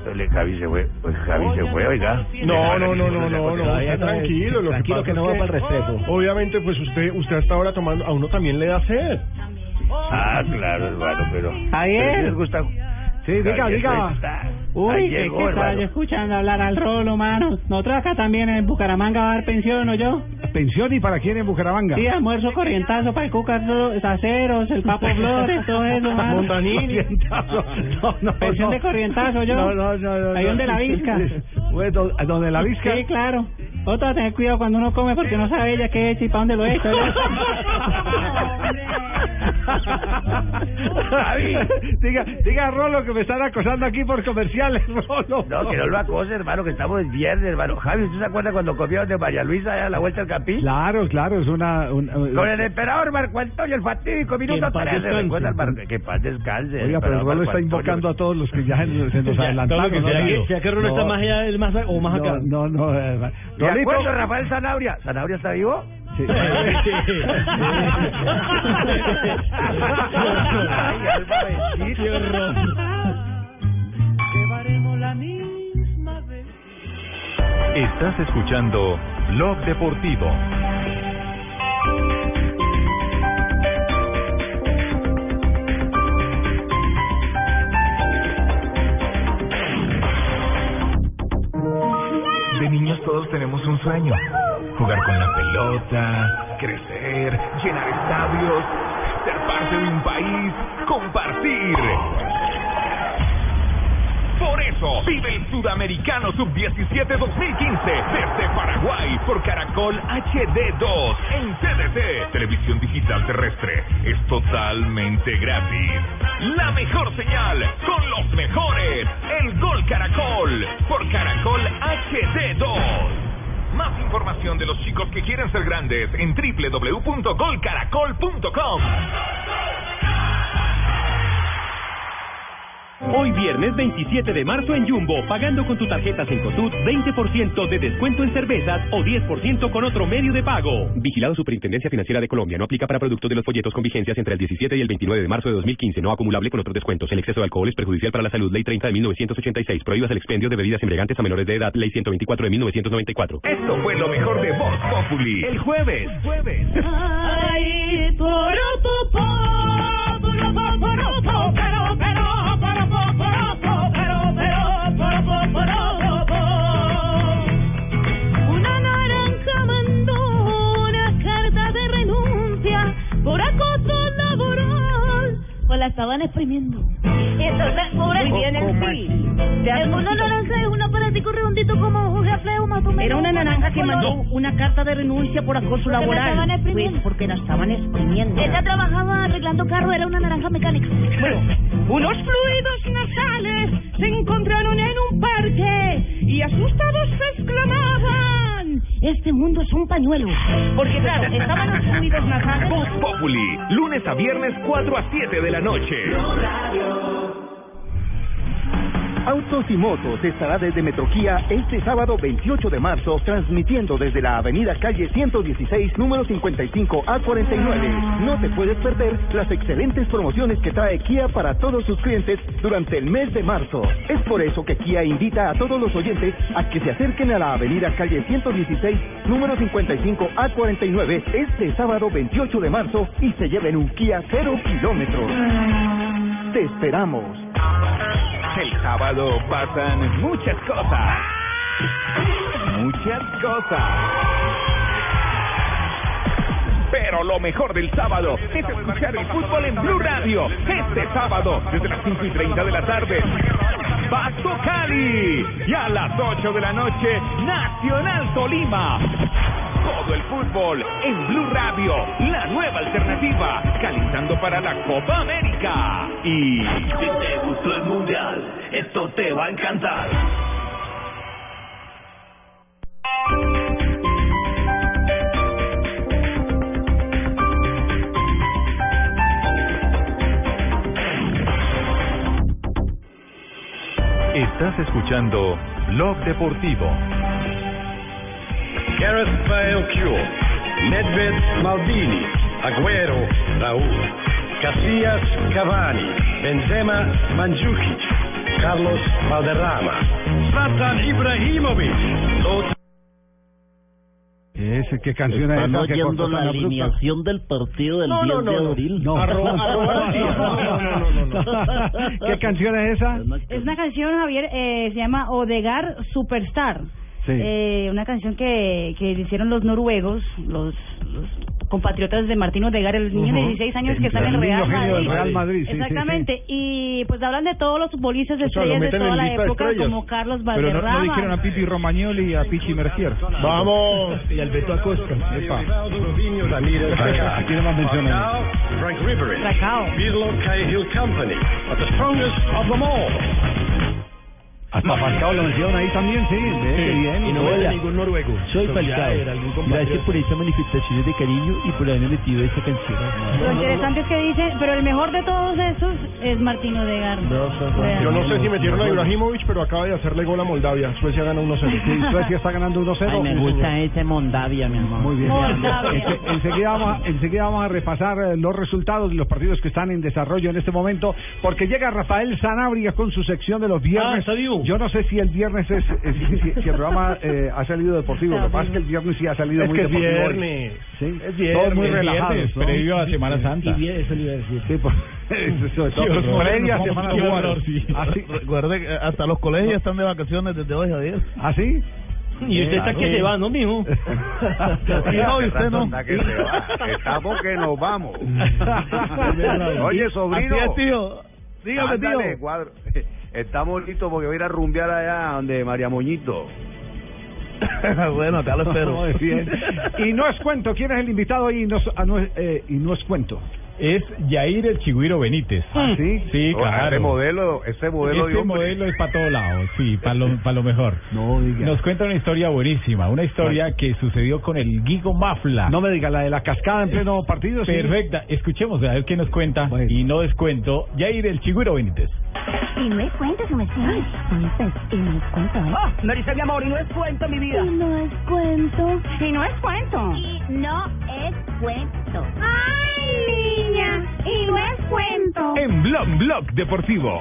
Javi se fue, pues Javi se fue, oiga. No, esté tranquilo. Lo Tranquilo que no va para el respeto. Obviamente, pues usted hasta ahora tomando, a uno también le da sed. Ah, claro, hermano, pero... Javier. ¿Les gusta? Sí, diga. Uy, que estaba yo escuchando hablar al Rolo, mano. Nosotros acá también en Bucaramanga va a dar pensión, ¿o yo? ¿Pensión y para quién en Bucaramanga? Sí, almuerzo corrientazo para el Cuca, Aceros, el Papo Flores, todo eso, mano. Montanini. Pensión de corrientazo, yo. No. Ahí donde la Vizca. ¿Donde la Vizca? Sí, claro. Otro a tener cuidado cuando uno come porque no sabe ella qué es y para dónde lo echa. Diga Rolo que me están acosando aquí por comerciales, Rolo. No, que no lo acose, hermano, que estamos el viernes, hermano. Javi, ¿usted se acuerda cuando comíamos de María Luisa allá a la vuelta del Campín? Claro, es una... Con el emperador Marco Antonio, el fatídico minuto 13, recuerda el Marco, que paz descanse. Oiga, pero el Rolo está invocando a todos los que ya se nos adelantaron. ¿Sea que Rolo está más allá o más acá? No. ¿De acuerdo, Rafael Zanabria? ¿Zanabria está vivo? Sí. Llevaremos la misma vez. Estás escuchando Blog Deportivo. De niños todos tenemos un sueño. Jugar con la pelota, crecer, llenar estadios, ser parte de un país, compartir. Por eso, vive el Sudamericano Sub-17 2015 desde Paraguay por Caracol HD2 en TDT, televisión digital terrestre. Es totalmente gratis. La mejor señal con los mejores. El Gol Caracol por Caracol HD2. Más información de los chicos que quieren ser grandes en www.golcaracol.com. Hoy viernes 27 de marzo en Jumbo, pagando con tu tarjeta Cencosud, 20% de descuento en cervezas o 10% con otro medio de pago. Vigilado Superintendencia Financiera de Colombia. No aplica para productos de los folletos con vigencias entre el 17 y el 29 de marzo de 2015. No acumulable con otros descuentos. El exceso de alcohol es perjudicial para la salud. Ley 30 de 1986. Prohíbas el expendio de bebidas embriagantes a menores de edad. Ley 124 de 1994. Esto fue lo mejor de Voz Populi. El jueves. Ay, una naranja mandó una carta de renuncia por acoso laboral. Pues la estaban exprimiendo. Y entonces, pobre, muy bien el sí. Una naranja es un aparatico redondito como un reflejo más o menos. Era una naranja que mandó una carta de renuncia por acoso laboral. La estaban exprimiendo. Pues porque la estaban exprimiendo. Ella trabajaba arreglando carro, era una naranja mecánica. Bueno, unos fluidos nasales se encontraron en un parque y asustados se exclamaban: este mundo es un pañuelo. Porque claro, estaban los fluidos nasales. Voz Populi, lunes a viernes 4 a 7 de la noche. Autos y Motos estará desde Metroquía este sábado 28 de marzo, transmitiendo desde la avenida calle 116, número 55A49. No te puedes perder las excelentes promociones que trae Kia para todos sus clientes durante el mes de marzo. Es por eso que Kia invita a todos los oyentes a que se acerquen a la avenida calle 116, número 55A49, este sábado 28 de marzo y se lleven un Kia 0 kilómetros. Te esperamos. El sábado pasan muchas cosas. Muchas cosas. Pero lo mejor del sábado es escuchar el fútbol en Blue Radio. Este sábado, desde las 5:30 de la tarde, Pasto Cali. Y a las 8 de la noche, Nacional Tolima. Todo el fútbol en Blue Radio, la nueva alternativa, calentando para la Copa América. Y si te gustó el Mundial, esto te va a encantar. Estás escuchando Blog Deportivo. Gareth Bale, Cure, Nedved, Maldini, Agüero, Raúl, Casillas, Cavani, Benzema, Mandzukic, Carlos Valderrama, Zlatan Ibrahimovic, ¿Qué canción es esa? ¿Están oyendo la alineación del partido del 10 de abril? No. ¿Qué canción es esa? Es una canción, Javier, se llama Odegaard Superstar. Sí. Una canción que hicieron los noruegos, los compatriotas de Martín Odegaard, el niño de 16 años que está en el Real Madrid. Exactamente. Sí. Y pues hablan de todos los futbolistas estrellas de toda la época, como Carlos Valderrama. Pero no dijeron a Pipi Romagnoli y a Pichi Mercier. Vamos. Y al Beto Acosta. Aquí no más mencionan. Frank Ribery, Racao. Birlo Cahill Company, but the strongest of them all. Hasta Falcao lo mencionan ahí también, sí. Bien. Y no veo ningún noruego. Soy Falcao. Gracias por estas manifestaciones de cariño y por haberme metido esta canción. Lo interesante es que dicen, pero el mejor de todos esos es Martín Odegaard. Yo no sé si metieron a Ibrahimovic, pero acaba de hacerle gol a Moldavia. Suecia gana 1-0. Sí, Suecia está ganando 1-0. Ay, me gusta ese Moldavia, mi amor. Muy bien. Enseguida vamos a repasar los resultados de los partidos que están en desarrollo en este momento, porque llega Rafael Sanabria con su sección de los viernes. Está vivo. Yo no sé si el viernes si el programa ha salido deportivo. Lo que pasa es que el viernes sí ha salido muy deportivo. Es viernes. ¿Sí? Es viernes. Todos muy relajados, ¿no? Previo a Semana Santa. Y bien, eso le iba a decir. Sí, sobre todo previo a Semana Santa. Recuerde que hasta los colegios están de vacaciones desde hoy a 10. ¿Ah, sí? Y usted está que se va, ¿no, mijo? No, y usted no. Estamos que nos vamos. Oye, sobrino. Así es, tío. Dígame, tío. Cuadro. Estamos listos porque voy a ir a rumbear allá donde María Moñito. Bueno, acá lo espero. Muy bien. Y no es cuento, ¿quién es el invitado ahí? Y no es cuento. Es Yair el Chigüiro Benítez. ¿Ah, sí? Sí, claro. Ese modelo es para todos lados, sí, para lo mejor. No diga. Nos cuenta una historia buenísima, una historia que sucedió con el Guigo Mafla. No me diga, la de la cascada en pleno partido. Perfecta, ¿sí? Escuchemos a ver qué nos cuenta. Bueno. Y no es cuento, Yair el Chigüiro Benítez. Y no es cuento, su merced. Y no es cuento. Oh, Marisa, mi amor, y no es cuento, mi vida. Y no es cuento. Y no es cuento. Y no es cuento. ¡Ay, niña! Y no es cuento. En Blog Deportivo.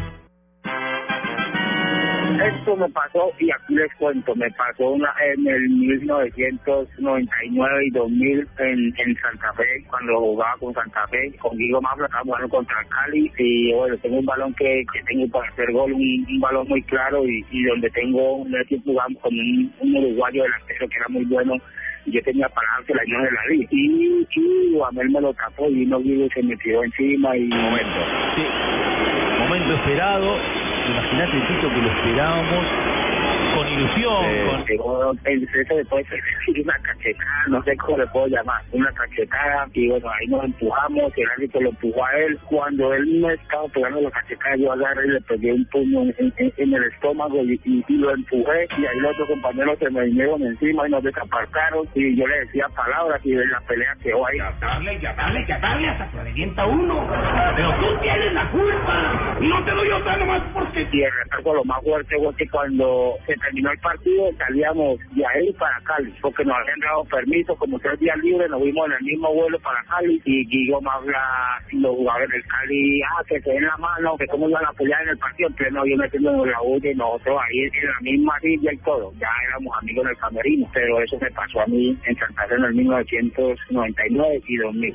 Esto me pasó, y aquí les cuento, me pasó en el 1999 y 2000 en Santa Fe, cuando jugaba con Santa Fe, con Guigo Mafla, estaba jugando contra Cali, y bueno, tengo un balón que tengo para hacer gol, un balón muy claro, y donde tengo, jugamos con un uruguayo delantero que era muy bueno, y yo tenía para dársela y no se la di, y Duhamel me lo tapó, y vino Guigo y se me tiró encima, y... Momento esperado. Imagínate, Tito, que lo esperábamos con ilusión. Eso después una cachetada, no sé cómo le puedo llamar, una cachetada, y bueno, ahí nos empujamos, el árbitro lo empujó a él. Cuando él me estaba pegando la cachetada, yo agarré y le pegué un puño en el estómago y lo empujé, y ahí los otros compañeros se me vinieron encima y nos desapartaron, y yo le decía palabras, y la pelea quedó ahí. Ya dale, hasta que revienta uno. Pero tú tienes la culpa, no te doy otra nomás porque... Y el retardo lo más fuerte fue que cuando se terminó el partido salíamos de ahí para Cali, porque nos habían dado permiso, como 3 días libres, nos vimos en el mismo vuelo para Cali, y Guigo Mafla, los jugadores del Cali, que se den la mano, que cómo iban a pelear en el partido, en pleno avión metiendo la bulla, y nosotros ahí en la misma silla y todo, ya éramos amigos en el camerino, pero eso me pasó a mí en Santa Fe en el 1999 y 2000.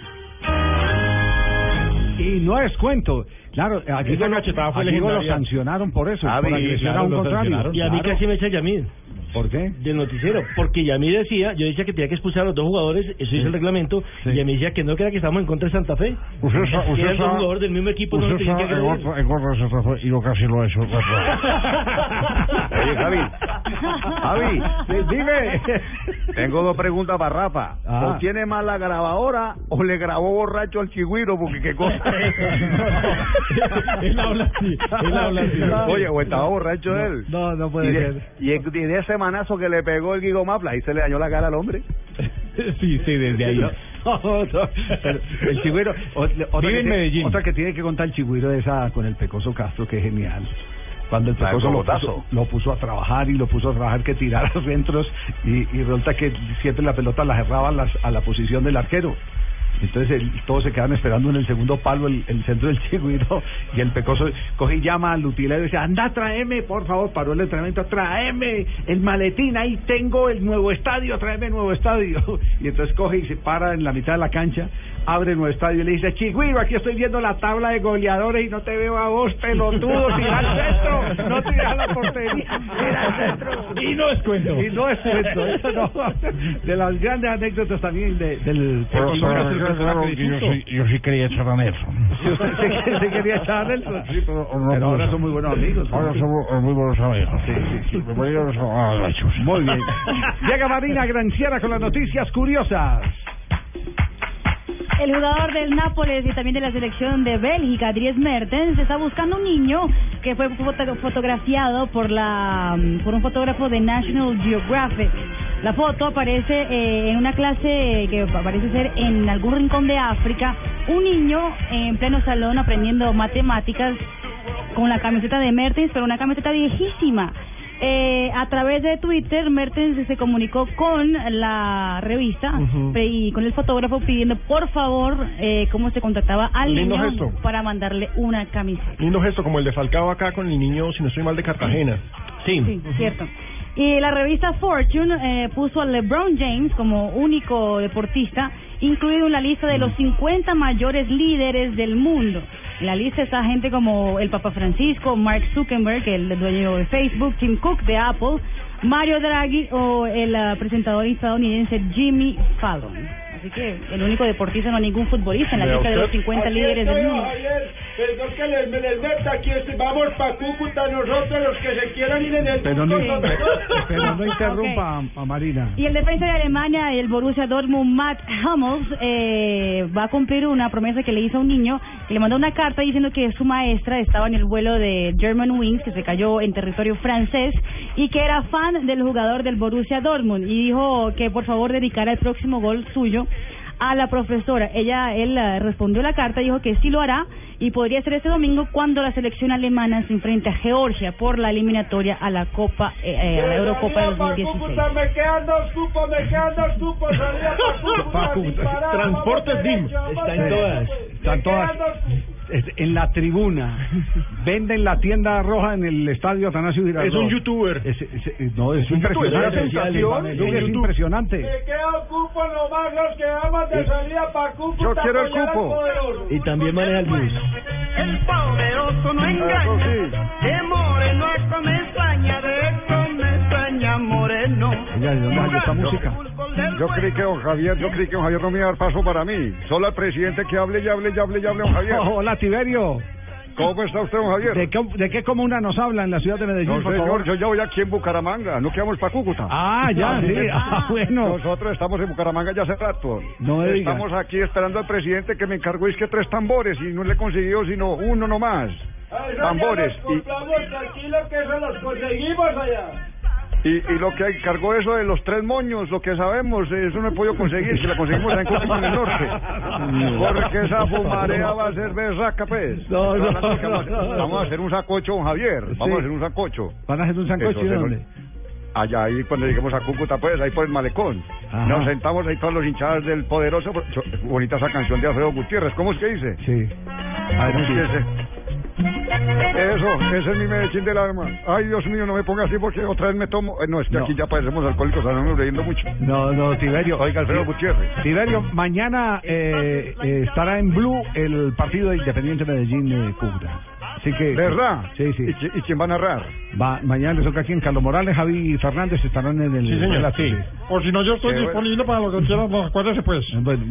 Y no es cuento. Claro, aquí lo sancionaron por eso, por agresión a un contrario. Y a mí casi me echa Yamid. ¿Por qué? Del noticiero, porque Yamid decía, yo decía que tenía que expulsar a los 2 jugadores, eso dice el reglamento, y Yamid decía que no, que era que estábamos en contra de Santa Fe. Usted era el jugador del mismo equipo, no lo tenía que agredir. En contra de Santa Fe, y yo casi lo he hecho. Oye, Javi, dime. Tengo 2 preguntas para Rafa. ¿O tiene más la grabadora o le grabó borracho al Chigüiro? Porque qué cosa es. Él habla así. Oye, o estaba borracho él. No puede ser. Y de ese manazo que le pegó el Guigo Mafla, ahí se le dañó la cara al hombre. Sí, desde ahí. El Chigüiro, vive en Medellín. Otra que tiene que contar el Chigüiro de esa con el Pecoso Castro, que es genial. Cuando el Pecoso lo puso a trabajar que tirara centros, y resulta que siempre la pelota la cerraba a la posición del arquero. Entonces todos se quedan esperando en el segundo palo el centro del Chigüiro, y el Pecoso coge y llama al utilero y dice: anda, tráeme, por favor, paró el entrenamiento, tráeme el maletín, ahí tengo el nuevo estadio, tráeme el nuevo estadio. Y entonces coge y se para en la mitad de la cancha, abre el nuevo estadio y le dice: Chigüiro, aquí estoy viendo la tabla de goleadores y no te veo a vos, pelotudo, tira al centro, no tira a la portería, tira al centro. Y no es cuento. Y no es cuento, eso no. De las grandes anécdotas también del yo sí quería echar a Nelson. Si usted se quería echar a Nelson, sí, pero ahora son muy buenos amigos. Ahora somos muy buenos amigos. Sí. Muy bien. Llega Marina Granciera con las noticias curiosas. El jugador del Nápoles y también de la selección de Bélgica, Dries Mertens, está buscando un niño que fue fotografiado por un fotógrafo de National Geographic. La foto aparece en una clase que parece ser en algún rincón de África. Un niño en pleno salón aprendiendo matemáticas con la camiseta de Mertens, pero una camiseta viejísima. A través de Twitter, Mertens se comunicó con la revista y con el fotógrafo pidiendo por favor cómo se contactaba al Lindo niño gesto para mandarle una camiseta. Lindo gesto, como el de Falcao acá con el niño, si no estoy mal, de Cartagena. Sí, cierto. Y la revista Fortune puso a LeBron James como único deportista incluido en la lista de los 50 mayores líderes del mundo. En la lista está gente como el Papa Francisco, Mark Zuckerberg, el dueño de Facebook, Tim Cook de Apple, Mario Draghi o el presentador estadounidense Jimmy Fallon. Así que el único deportista, no ningún futbolista en la lista de los 50 líderes del mundo. Perdón que les meta aquí, vamos para Cúcuta nosotros, los que se quieran ir en el pero no interrumpa a Marina. Y el defensa de Alemania, el Borussia Dortmund, Matt Hummels, va a cumplir una promesa que le hizo a un niño, que le mandó una carta diciendo que su maestra estaba en el vuelo de Germanwings, que se cayó en territorio francés, y que era fan del jugador del Borussia Dortmund, y dijo que por favor dedicara el próximo gol suyo a la profesora. Él respondió la carta, dijo que sí lo hará y podría ser este domingo cuando la selección alemana se enfrente a Georgia por la eliminatoria a la Copa, a la Eurocopa 2016. Me quedan dos cupos, salía para Cúcuta. Transportes DIM. Están todas. En la tribuna venden la tienda roja en el estadio Atanasio Girardot. Es un youtuber. No, es impresionante. Es impresionante. Me queda un cupo nomás, los que vamos de salida para Cúcuta. Yo quiero el cupo. Y también maneja el bus. El poderoso no engaña. De moreno a come extraña, moreno. ¿De dónde salió esta música? Yo creí que don Javier no me iba a dar paso para mí. Solo al presidente que hable, don Javier. Hola, Tiberio. ¿Cómo está usted, don Javier? ¿De qué comuna nos habla en la ciudad de Medellín, no, por señor, favor? yo ya voy aquí en Bucaramanga, no quedamos para Cúcuta. Bueno. Nosotros estamos en Bucaramanga ya hace rato. No estamos aquí esperando al presidente que me encargó, es que 3 tambores, y no le he conseguido sino uno nomás. Tambores. Tranquilo que eso los conseguimos allá. Y lo que encargó eso de los 3 moños, lo que sabemos, eso no he podido conseguir, que la conseguimos en Cúcuta, en el norte. Porque esa fumarea va a ser berraca, pues. No. Vamos a hacer un sacocho, don Javier. Vamos a hacer un sacocho. ¿Van a hacer un sacocho? ¿Y dónde? Allá ahí cuando lleguemos a Cúcuta, pues, ahí por el malecón. Ajá. Nos sentamos ahí todos los hinchadas del Poderoso. Bonita esa canción de Alfredo Gutiérrez, ¿cómo es que dice? Sí. Ese es mi Medellín del alma. Ay, Dios mío, no me ponga así porque otra vez me tomo. No, es que aquí ya parecemos alcohólicos, estamos leyendo mucho. No, Tiberio. Oiga, Alfredo Gutiérrez. Tiberio, mañana estará en Blue el partido de Independiente Medellín de Cúcuta. Así que, ¿verdad? Sí. ¿Y quién va a narrar? Mañana les toca aquí en Carlos Morales, Javi Fernández estarán en el... Sí, señor. Sí. O si no, yo estoy disponible para lo que quieran, acuérdese pues. Bueno,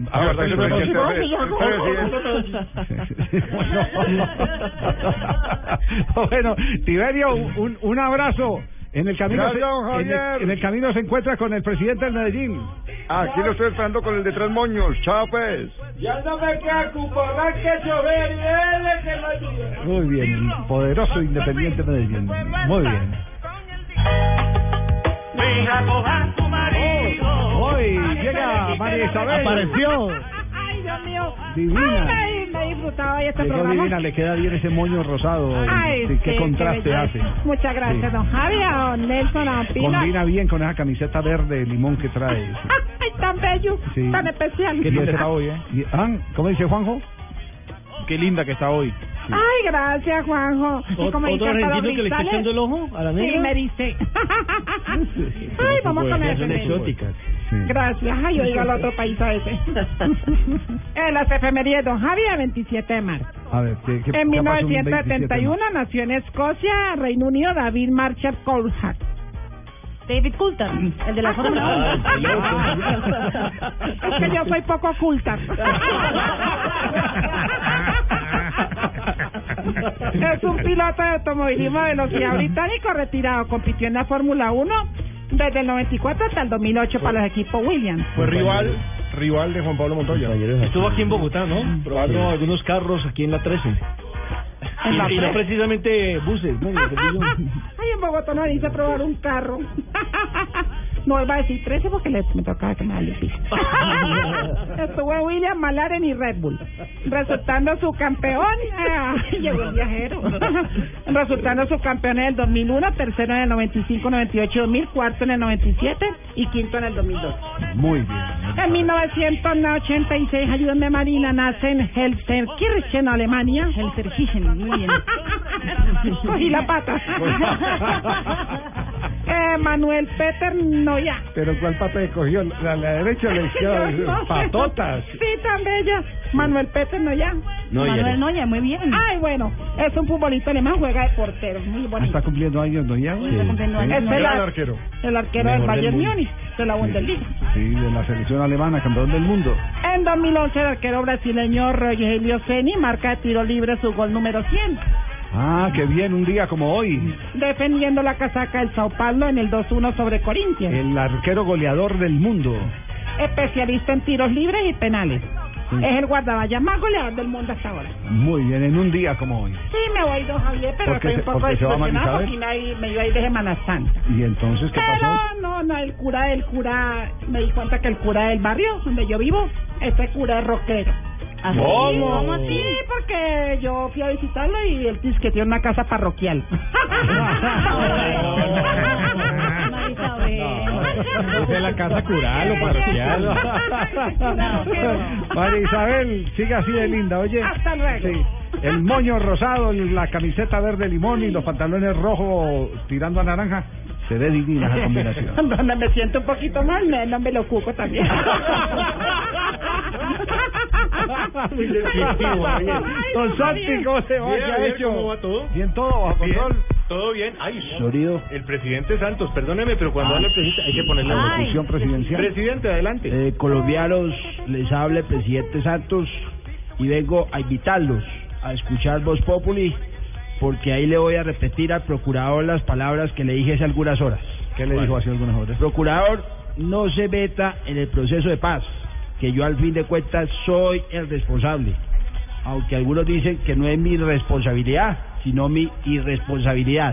bueno, Tiberio, un abrazo. En el camino en el camino se encuentra con el presidente del Medellín. Aquí lo estoy esperando con el de 3 moños. Chao, pues. Ya no me queda cupo, que llover y que no ayuda. Muy bien, el poderoso Independiente Medellín. Muy bien. Hoy llega María Isabel. Apareció. Ay, Dios mío. Divina. Ay, me he disfrutado hoy este Llegó programa. divina, le queda bien ese moño rosado. Ay, qué contraste hace. Muchas gracias, don Javi, a don Nelson, a Pino. Combina bien con esa camiseta verde limón que trae. Ay, tan bello, Sí. tan especial. Qué linda está hoy, ¿Cómo dice Juanjo? Qué linda que está hoy. Ay, gracias, Juanjo. Y como ¿Otro dice argentino que le está echando el ojo a la negra? Sí, me dice. Ay, vamos con Son ese. exóticas. Gracias. Ay, oiga el otro país a ese. En las efemérides, don Javier, 27 de marzo. A ver, ¿qué En pasó un 1971 27 nació en Escocia, Reino Unido, David Marshall Coulthard. David Coulthard, el de la Fórmula 1. Es que yo soy poco oculta. Es un piloto de automovilismo de velocidad británico retirado. Compitió en la Fórmula 1 desde el 94 hasta el 2008 para los equipos Williams. Fue rival de Juan Pablo Montoya. Estuvo aquí en Bogotá, ¿no? Probando algunos carros aquí en la 13. En la Y no 13. precisamente buses, ¿no? Ay, en Bogotá no dice probar un carro. No iba a decir 13 porque me tocaba que me dale piso. Estuvo en Williams, McLaren y Red Bull, resultando su campeón. Llegó el viajero. Resultando su campeón en el 2001, tercero en el 95, 98, 2000, cuarto en el 97 y quinto en el 2002. Muy bien. En 1986, ayúdenme Marina, nace en Helsenkirchen, Alemania. Helsenkirchen, muy bien. Cogí la pata. Manuel Peter Noya. ¿Pero cuál pata cogió? ¿La derecha o la izquierda? No. Patotas. Sí, tan bella. Manuel Peter Noya. Manuel Noya, muy bien. Ay, bueno, es un futbolista alemán, juega de portero, muy bonito. ¿Está cumpliendo años, no ya? Está cumpliendo años. Es el arquero del Mejor Bayern del Múnich, de la Bundesliga. Sí, de la selección alemana, campeón del mundo. En 2011, el arquero brasileño Rogelio Ceni marca de tiro libre su gol número 100. Ah, qué bien, un día como hoy. Defendiendo la casaca del Sao Paulo en el 2-1 sobre Corinthians. El arquero goleador del mundo. Especialista en tiros libres y penales. Sí. Es el guardaballas más goleador del mundo hasta ahora. Muy bien, en un día como hoy. Sí, me voy, don Javier, pero ¿Por qué estoy un poco porque se va desilusionado Manizales? porque me iba a ir de Semana Santa. ¿Y entonces qué pasó? Pero no, el cura, me di cuenta que el cura del barrio donde yo vivo, este cura es rockero. ¿Ah, ¿Cómo? ¿Cómo así? Sí, porque yo fui a visitarlo y él dice que tiene una casa parroquial. Esa es la casa cural o parroquial. María Isabel, sigue así de linda, oye. Hasta luego. Sí. El moño rosado, la camiseta verde limón y los pantalones rojos tirando a naranja. Se ve divina esa combinación. Donde me siento un poquito mal, no me lo cuco también. Don Santi, ¿cómo se va? Bien, ¿Qué ha bien, hecho? ¿cómo va todo? Bien, todo bajo control. Todo bien. Ay, Sorido. el presidente Santos, perdóneme, pero cuando habla el presidente hay que ponerle La la locución presidencial. Presidente, adelante. Colombianos, les habla el presidente Santos y vengo a invitarlos a escuchar Voz Populi, porque ahí le voy a repetir al procurador las palabras que le dije hace algunas horas. ¿Qué le dijo hace algunas horas? Procurador, no se meta en el proceso de paz, que yo al fin de cuentas soy el responsable, aunque algunos dicen que no es mi responsabilidad, sino mi irresponsabilidad.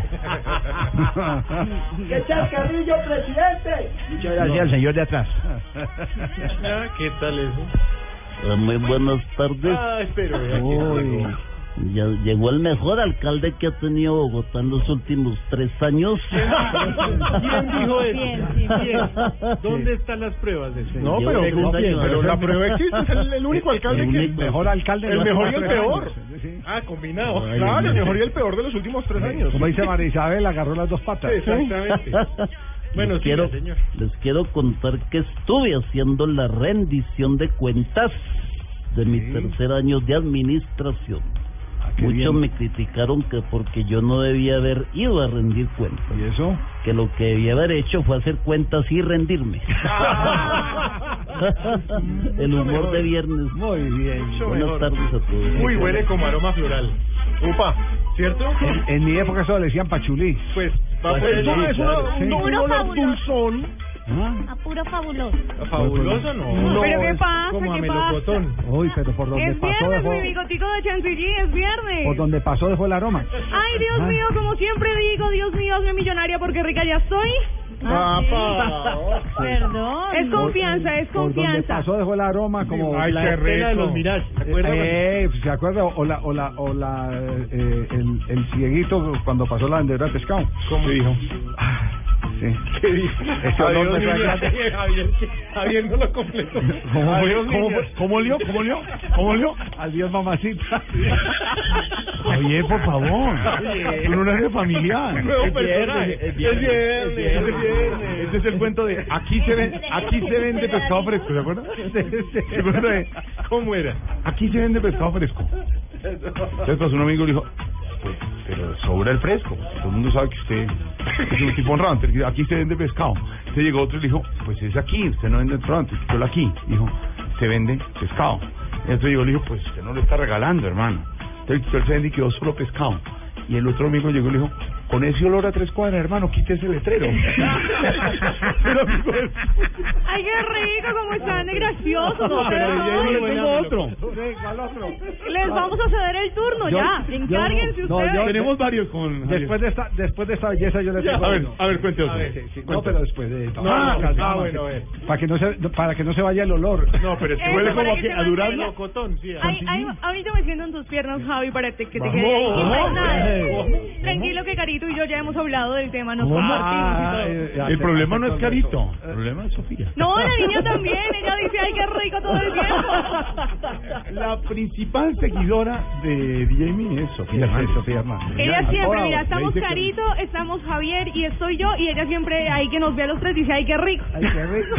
¡Qué chascarrillo, presidente! Muchas gracias al señor de atrás. ¿Qué tal eso? Muy buenas tardes. Pero Uy, ya llegó el mejor alcalde que ha tenido Bogotá en los últimos 3 años. ¿Quién dijo eso? Bien. ¿Dónde están las pruebas de eso? No, pero la prueba existe, es el único alcalde el que... único. Mejor alcalde. El mejor y el peor. Sí. Ah, combinado. Claro, el mejor y el peor de los últimos 3 años. Como dice María Isabel, agarró las dos patas. Exactamente. Bueno, les quiero contar que estuve haciendo la rendición de cuentas de mi tercer año de administración. Muchos bien. me criticaron que porque yo no debía haber ido a rendir cuentas. ¿Y eso? Que lo que debía haber hecho fue hacer cuentas y rendirme. El humor de viernes. Muy bien. Buenas tardes a todos. Muy huele como aroma floral. Upa, ¿cierto? En mi época eso le decían pachulí. Pues, va por el Es un Puro olor fabuloso. dulzón. A puro fabuloso. fabuloso, ¿no? ¿Pero qué pasa? Como a ¿Qué melocotón. Uy, pero por donde Es pasó viernes, mi dejó... bigotico de chantilly, es viernes. Por donde pasó dejó el aroma. Ay, Dios mío, como siempre digo, Dios mío, hazme millonaria porque rica ya soy. Perdón. Es confianza, es Por donde confianza. pasó dejó el aroma como... Ay, la escena de los Mirage, ¿se acuerdan? ¿Se acuerda? El cieguito cuando pasó la vendedora de pescado. ¿Cómo dijo? Sí. ¿Qué dijo? Ese olor me trae gracia. Javier no lo completó. ¿Cómo olió? Adiós, mamacita. Javier, por favor. Tú no eres familiar. Nuevo personaje. Es viernes. Este es el cuento de aquí se vende pescado fresco, ¿se acuerdan? El cuento de ¿cómo era? aquí se vende pescado fresco. Entonces pues un amigo le dijo, pues, pero sobra el fresco. Todo el mundo sabe que usted es un tipo honrado. Entonces, aquí se vende pescado. Entonces llegó otro y le dijo, pues es aquí, usted no vende el restaurante, yo aquí. Dijo, se vende pescado. Entonces llegó y le dijo, pues usted no lo está regalando, hermano. Entonces él se vende y quedó solo pescado. Y el otro amigo llegó y le dijo, con ese olor a 3 cuadras, hermano, quítese el letrero. Ay, qué rico, como están de graciosos. No, pero yo tengo otro. Les vamos a ceder el turno, ya. Encárguense ustedes. Tenemos varios con... Después de esta belleza yo le tengo... A ver, cuente otro. No, pero después de... Bueno, a ver. Para que no se vaya el olor. No, pero es que huele como a durazno, cotón. Sí, ahorita me siento en tus piernas, Javi, para que te quede. Tranquilo que Carito y yo ya hemos hablado del tema, nos compartimos y todo. El problema no es Carito, el problema es Sofía. No, la niña también, ella dice, ay, qué rico todo el tiempo. La principal seguidora de DJ Mini es Sofía Hernández. Ella siempre, mira, estamos Carito, estamos Javier y estoy yo, y ella siempre, ahí que nos ve a los tres, dice, ay, qué rico. Ay, qué rico.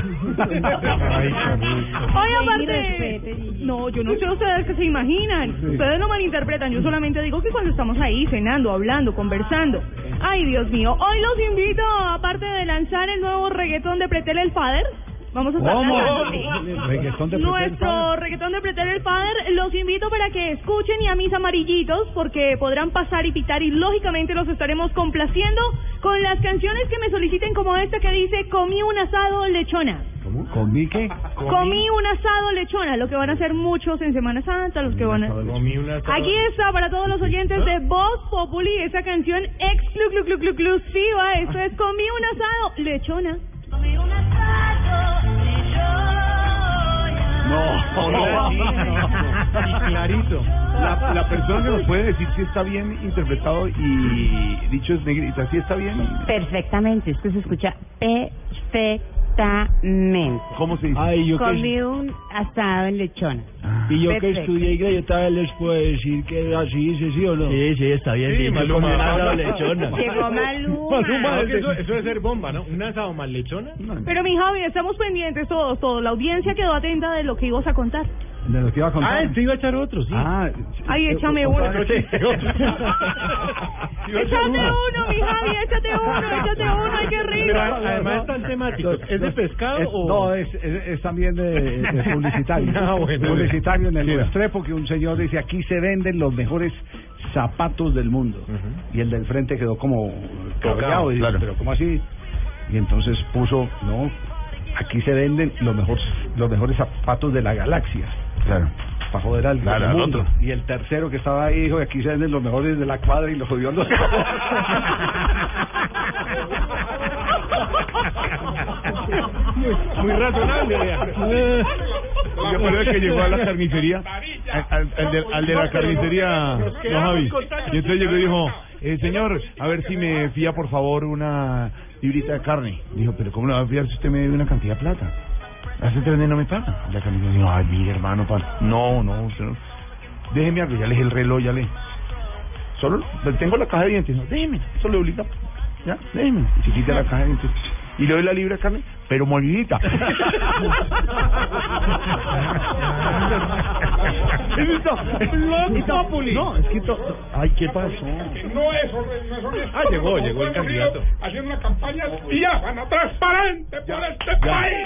Oye, aparte, no, yo no sé ustedes qué se imaginan, ustedes no malinterpretan, yo solamente digo que cuando estamos ahí cenando, hablando, conversando. Ay, Dios mío, hoy los invito, aparte de lanzar el nuevo reggaetón de Pretel el Father, vamos a estar nuestro reggaetón de Pretel el Father, los invito para que escuchen y a mis amarillitos, porque podrán pasar y pitar y lógicamente los estaremos complaciendo con las canciones que me soliciten, como esta que dice, comí un asado lechona. ¿Cómo? ¿Comí qué? Comí un asado lechona, lo que van a hacer muchos en Semana Santa, los que van a... Aquí está para todos los oyentes de Voz Populi, esa canción exclusiva, esto es Comí un asado lechona. Comí un asado lechona. Y clarito. La persona que nos puede decir si está bien interpretado y dicho es negrita, si está bien. Perfectamente, esto se escucha perfectamente. ¿Cómo se dice? Ay, comí un asado en lechona. Y yo que estudié inglés, yo tal vez les puedo decir que así dice, ¿sí o no? Sí, está bien. Sí, Maluma, un asado lechona. Llegó Maluma. Eso debe ser bomba, ¿no? ¿Un asado más lechona? Pero mi Javi, estamos pendientes todos. La audiencia quedó atenta de lo que ibas a contar. De lo que iba a contar. Te iba a echar otro, sí. Ay, échame uno. Échate uno, mi Javi, échate uno, ay, qué rico. Pero además es tan temático. ¿Es de pescado o...? No, es también de publicitario. Publicitario en el Restrepo, que un señor dice, aquí se venden los mejores zapatos del mundo. Y el del frente quedó como cabreado, claro. Pero ¿cómo así? Y entonces puso, no, aquí se venden los mejores zapatos de la galaxia. Claro. Para joder al mundo. Otro. Y el tercero que estaba ahí dijo que aquí se venden los mejores de la cuadra y los jodió los... muy razonable. Yo creo que llegó a la carnicería, al de la carnicería, no Javi. Y entonces llegó y dijo, señor, a ver si me fía por favor una librita de carne. Dijo, pero ¿cómo le va a fiar si usted me debe una cantidad de plata? Hace 3 meses no me paga. La carnicería dijo, ay, mire hermano, no, usted no. Déjeme algo, ya le dejé el reloj, ya le... Solo tengo la caja de dientes, no, déjeme, solo le obliga, ya, déjeme. Y se quita la caja de dientes. Y le doy la libra de carne, pero molidita. No, es que ay, ¿qué pasó? No es llegó el candidato. Haciendo una campaña y ya van a transparente por este país.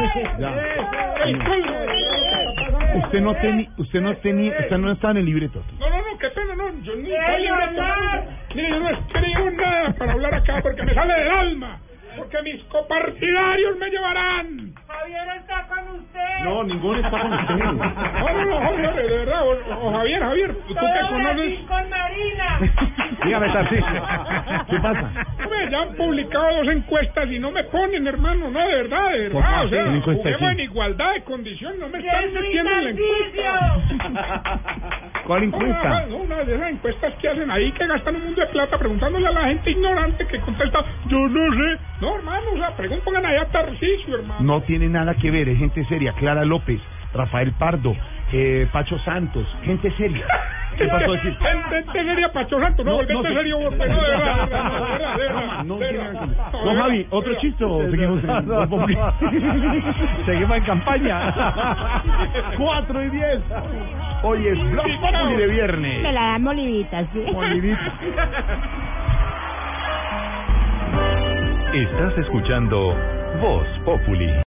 Usted no está en el libreto. No, qué pena, no, yo ni yo no escribo nada para hablar acá porque me sale del alma. Porque mis copartidarios me llevarán. Javier está con usted. No, ninguno está con usted. No, Javier, de verdad. O Javier, tú que conoces. Con Marina. Dígame, Tarcisio. ¿Qué pasa? Ya han publicado 2 encuestas y no me ponen, hermano. No, de verdad. O sea, juguemos en igualdad de condiciones. No me están metiendo en la encuesta. ¿Cuál encuesta? No, una de esas encuestas que hacen ahí, que gastan un mundo de plata preguntándole a la gente ignorante que contesta, yo no sé. No, hermano, o sea, pongan ahí a Tarcisio, hermano. No tiene nada que ver, es gente seria. Clara López, Rafael Pardo, Pacho Santos, gente seria. ¿Qué pasó a decir? Gente seria, Pacho Santos, no, volvete serio, no, de verdad. No, Javi, ¿otro chiste o seguimos seguimos en campaña? 4:10. Hoy es Blog Populi de viernes. Me la dan molivitas, sí. Molivitas. Estás escuchando Voz Populi.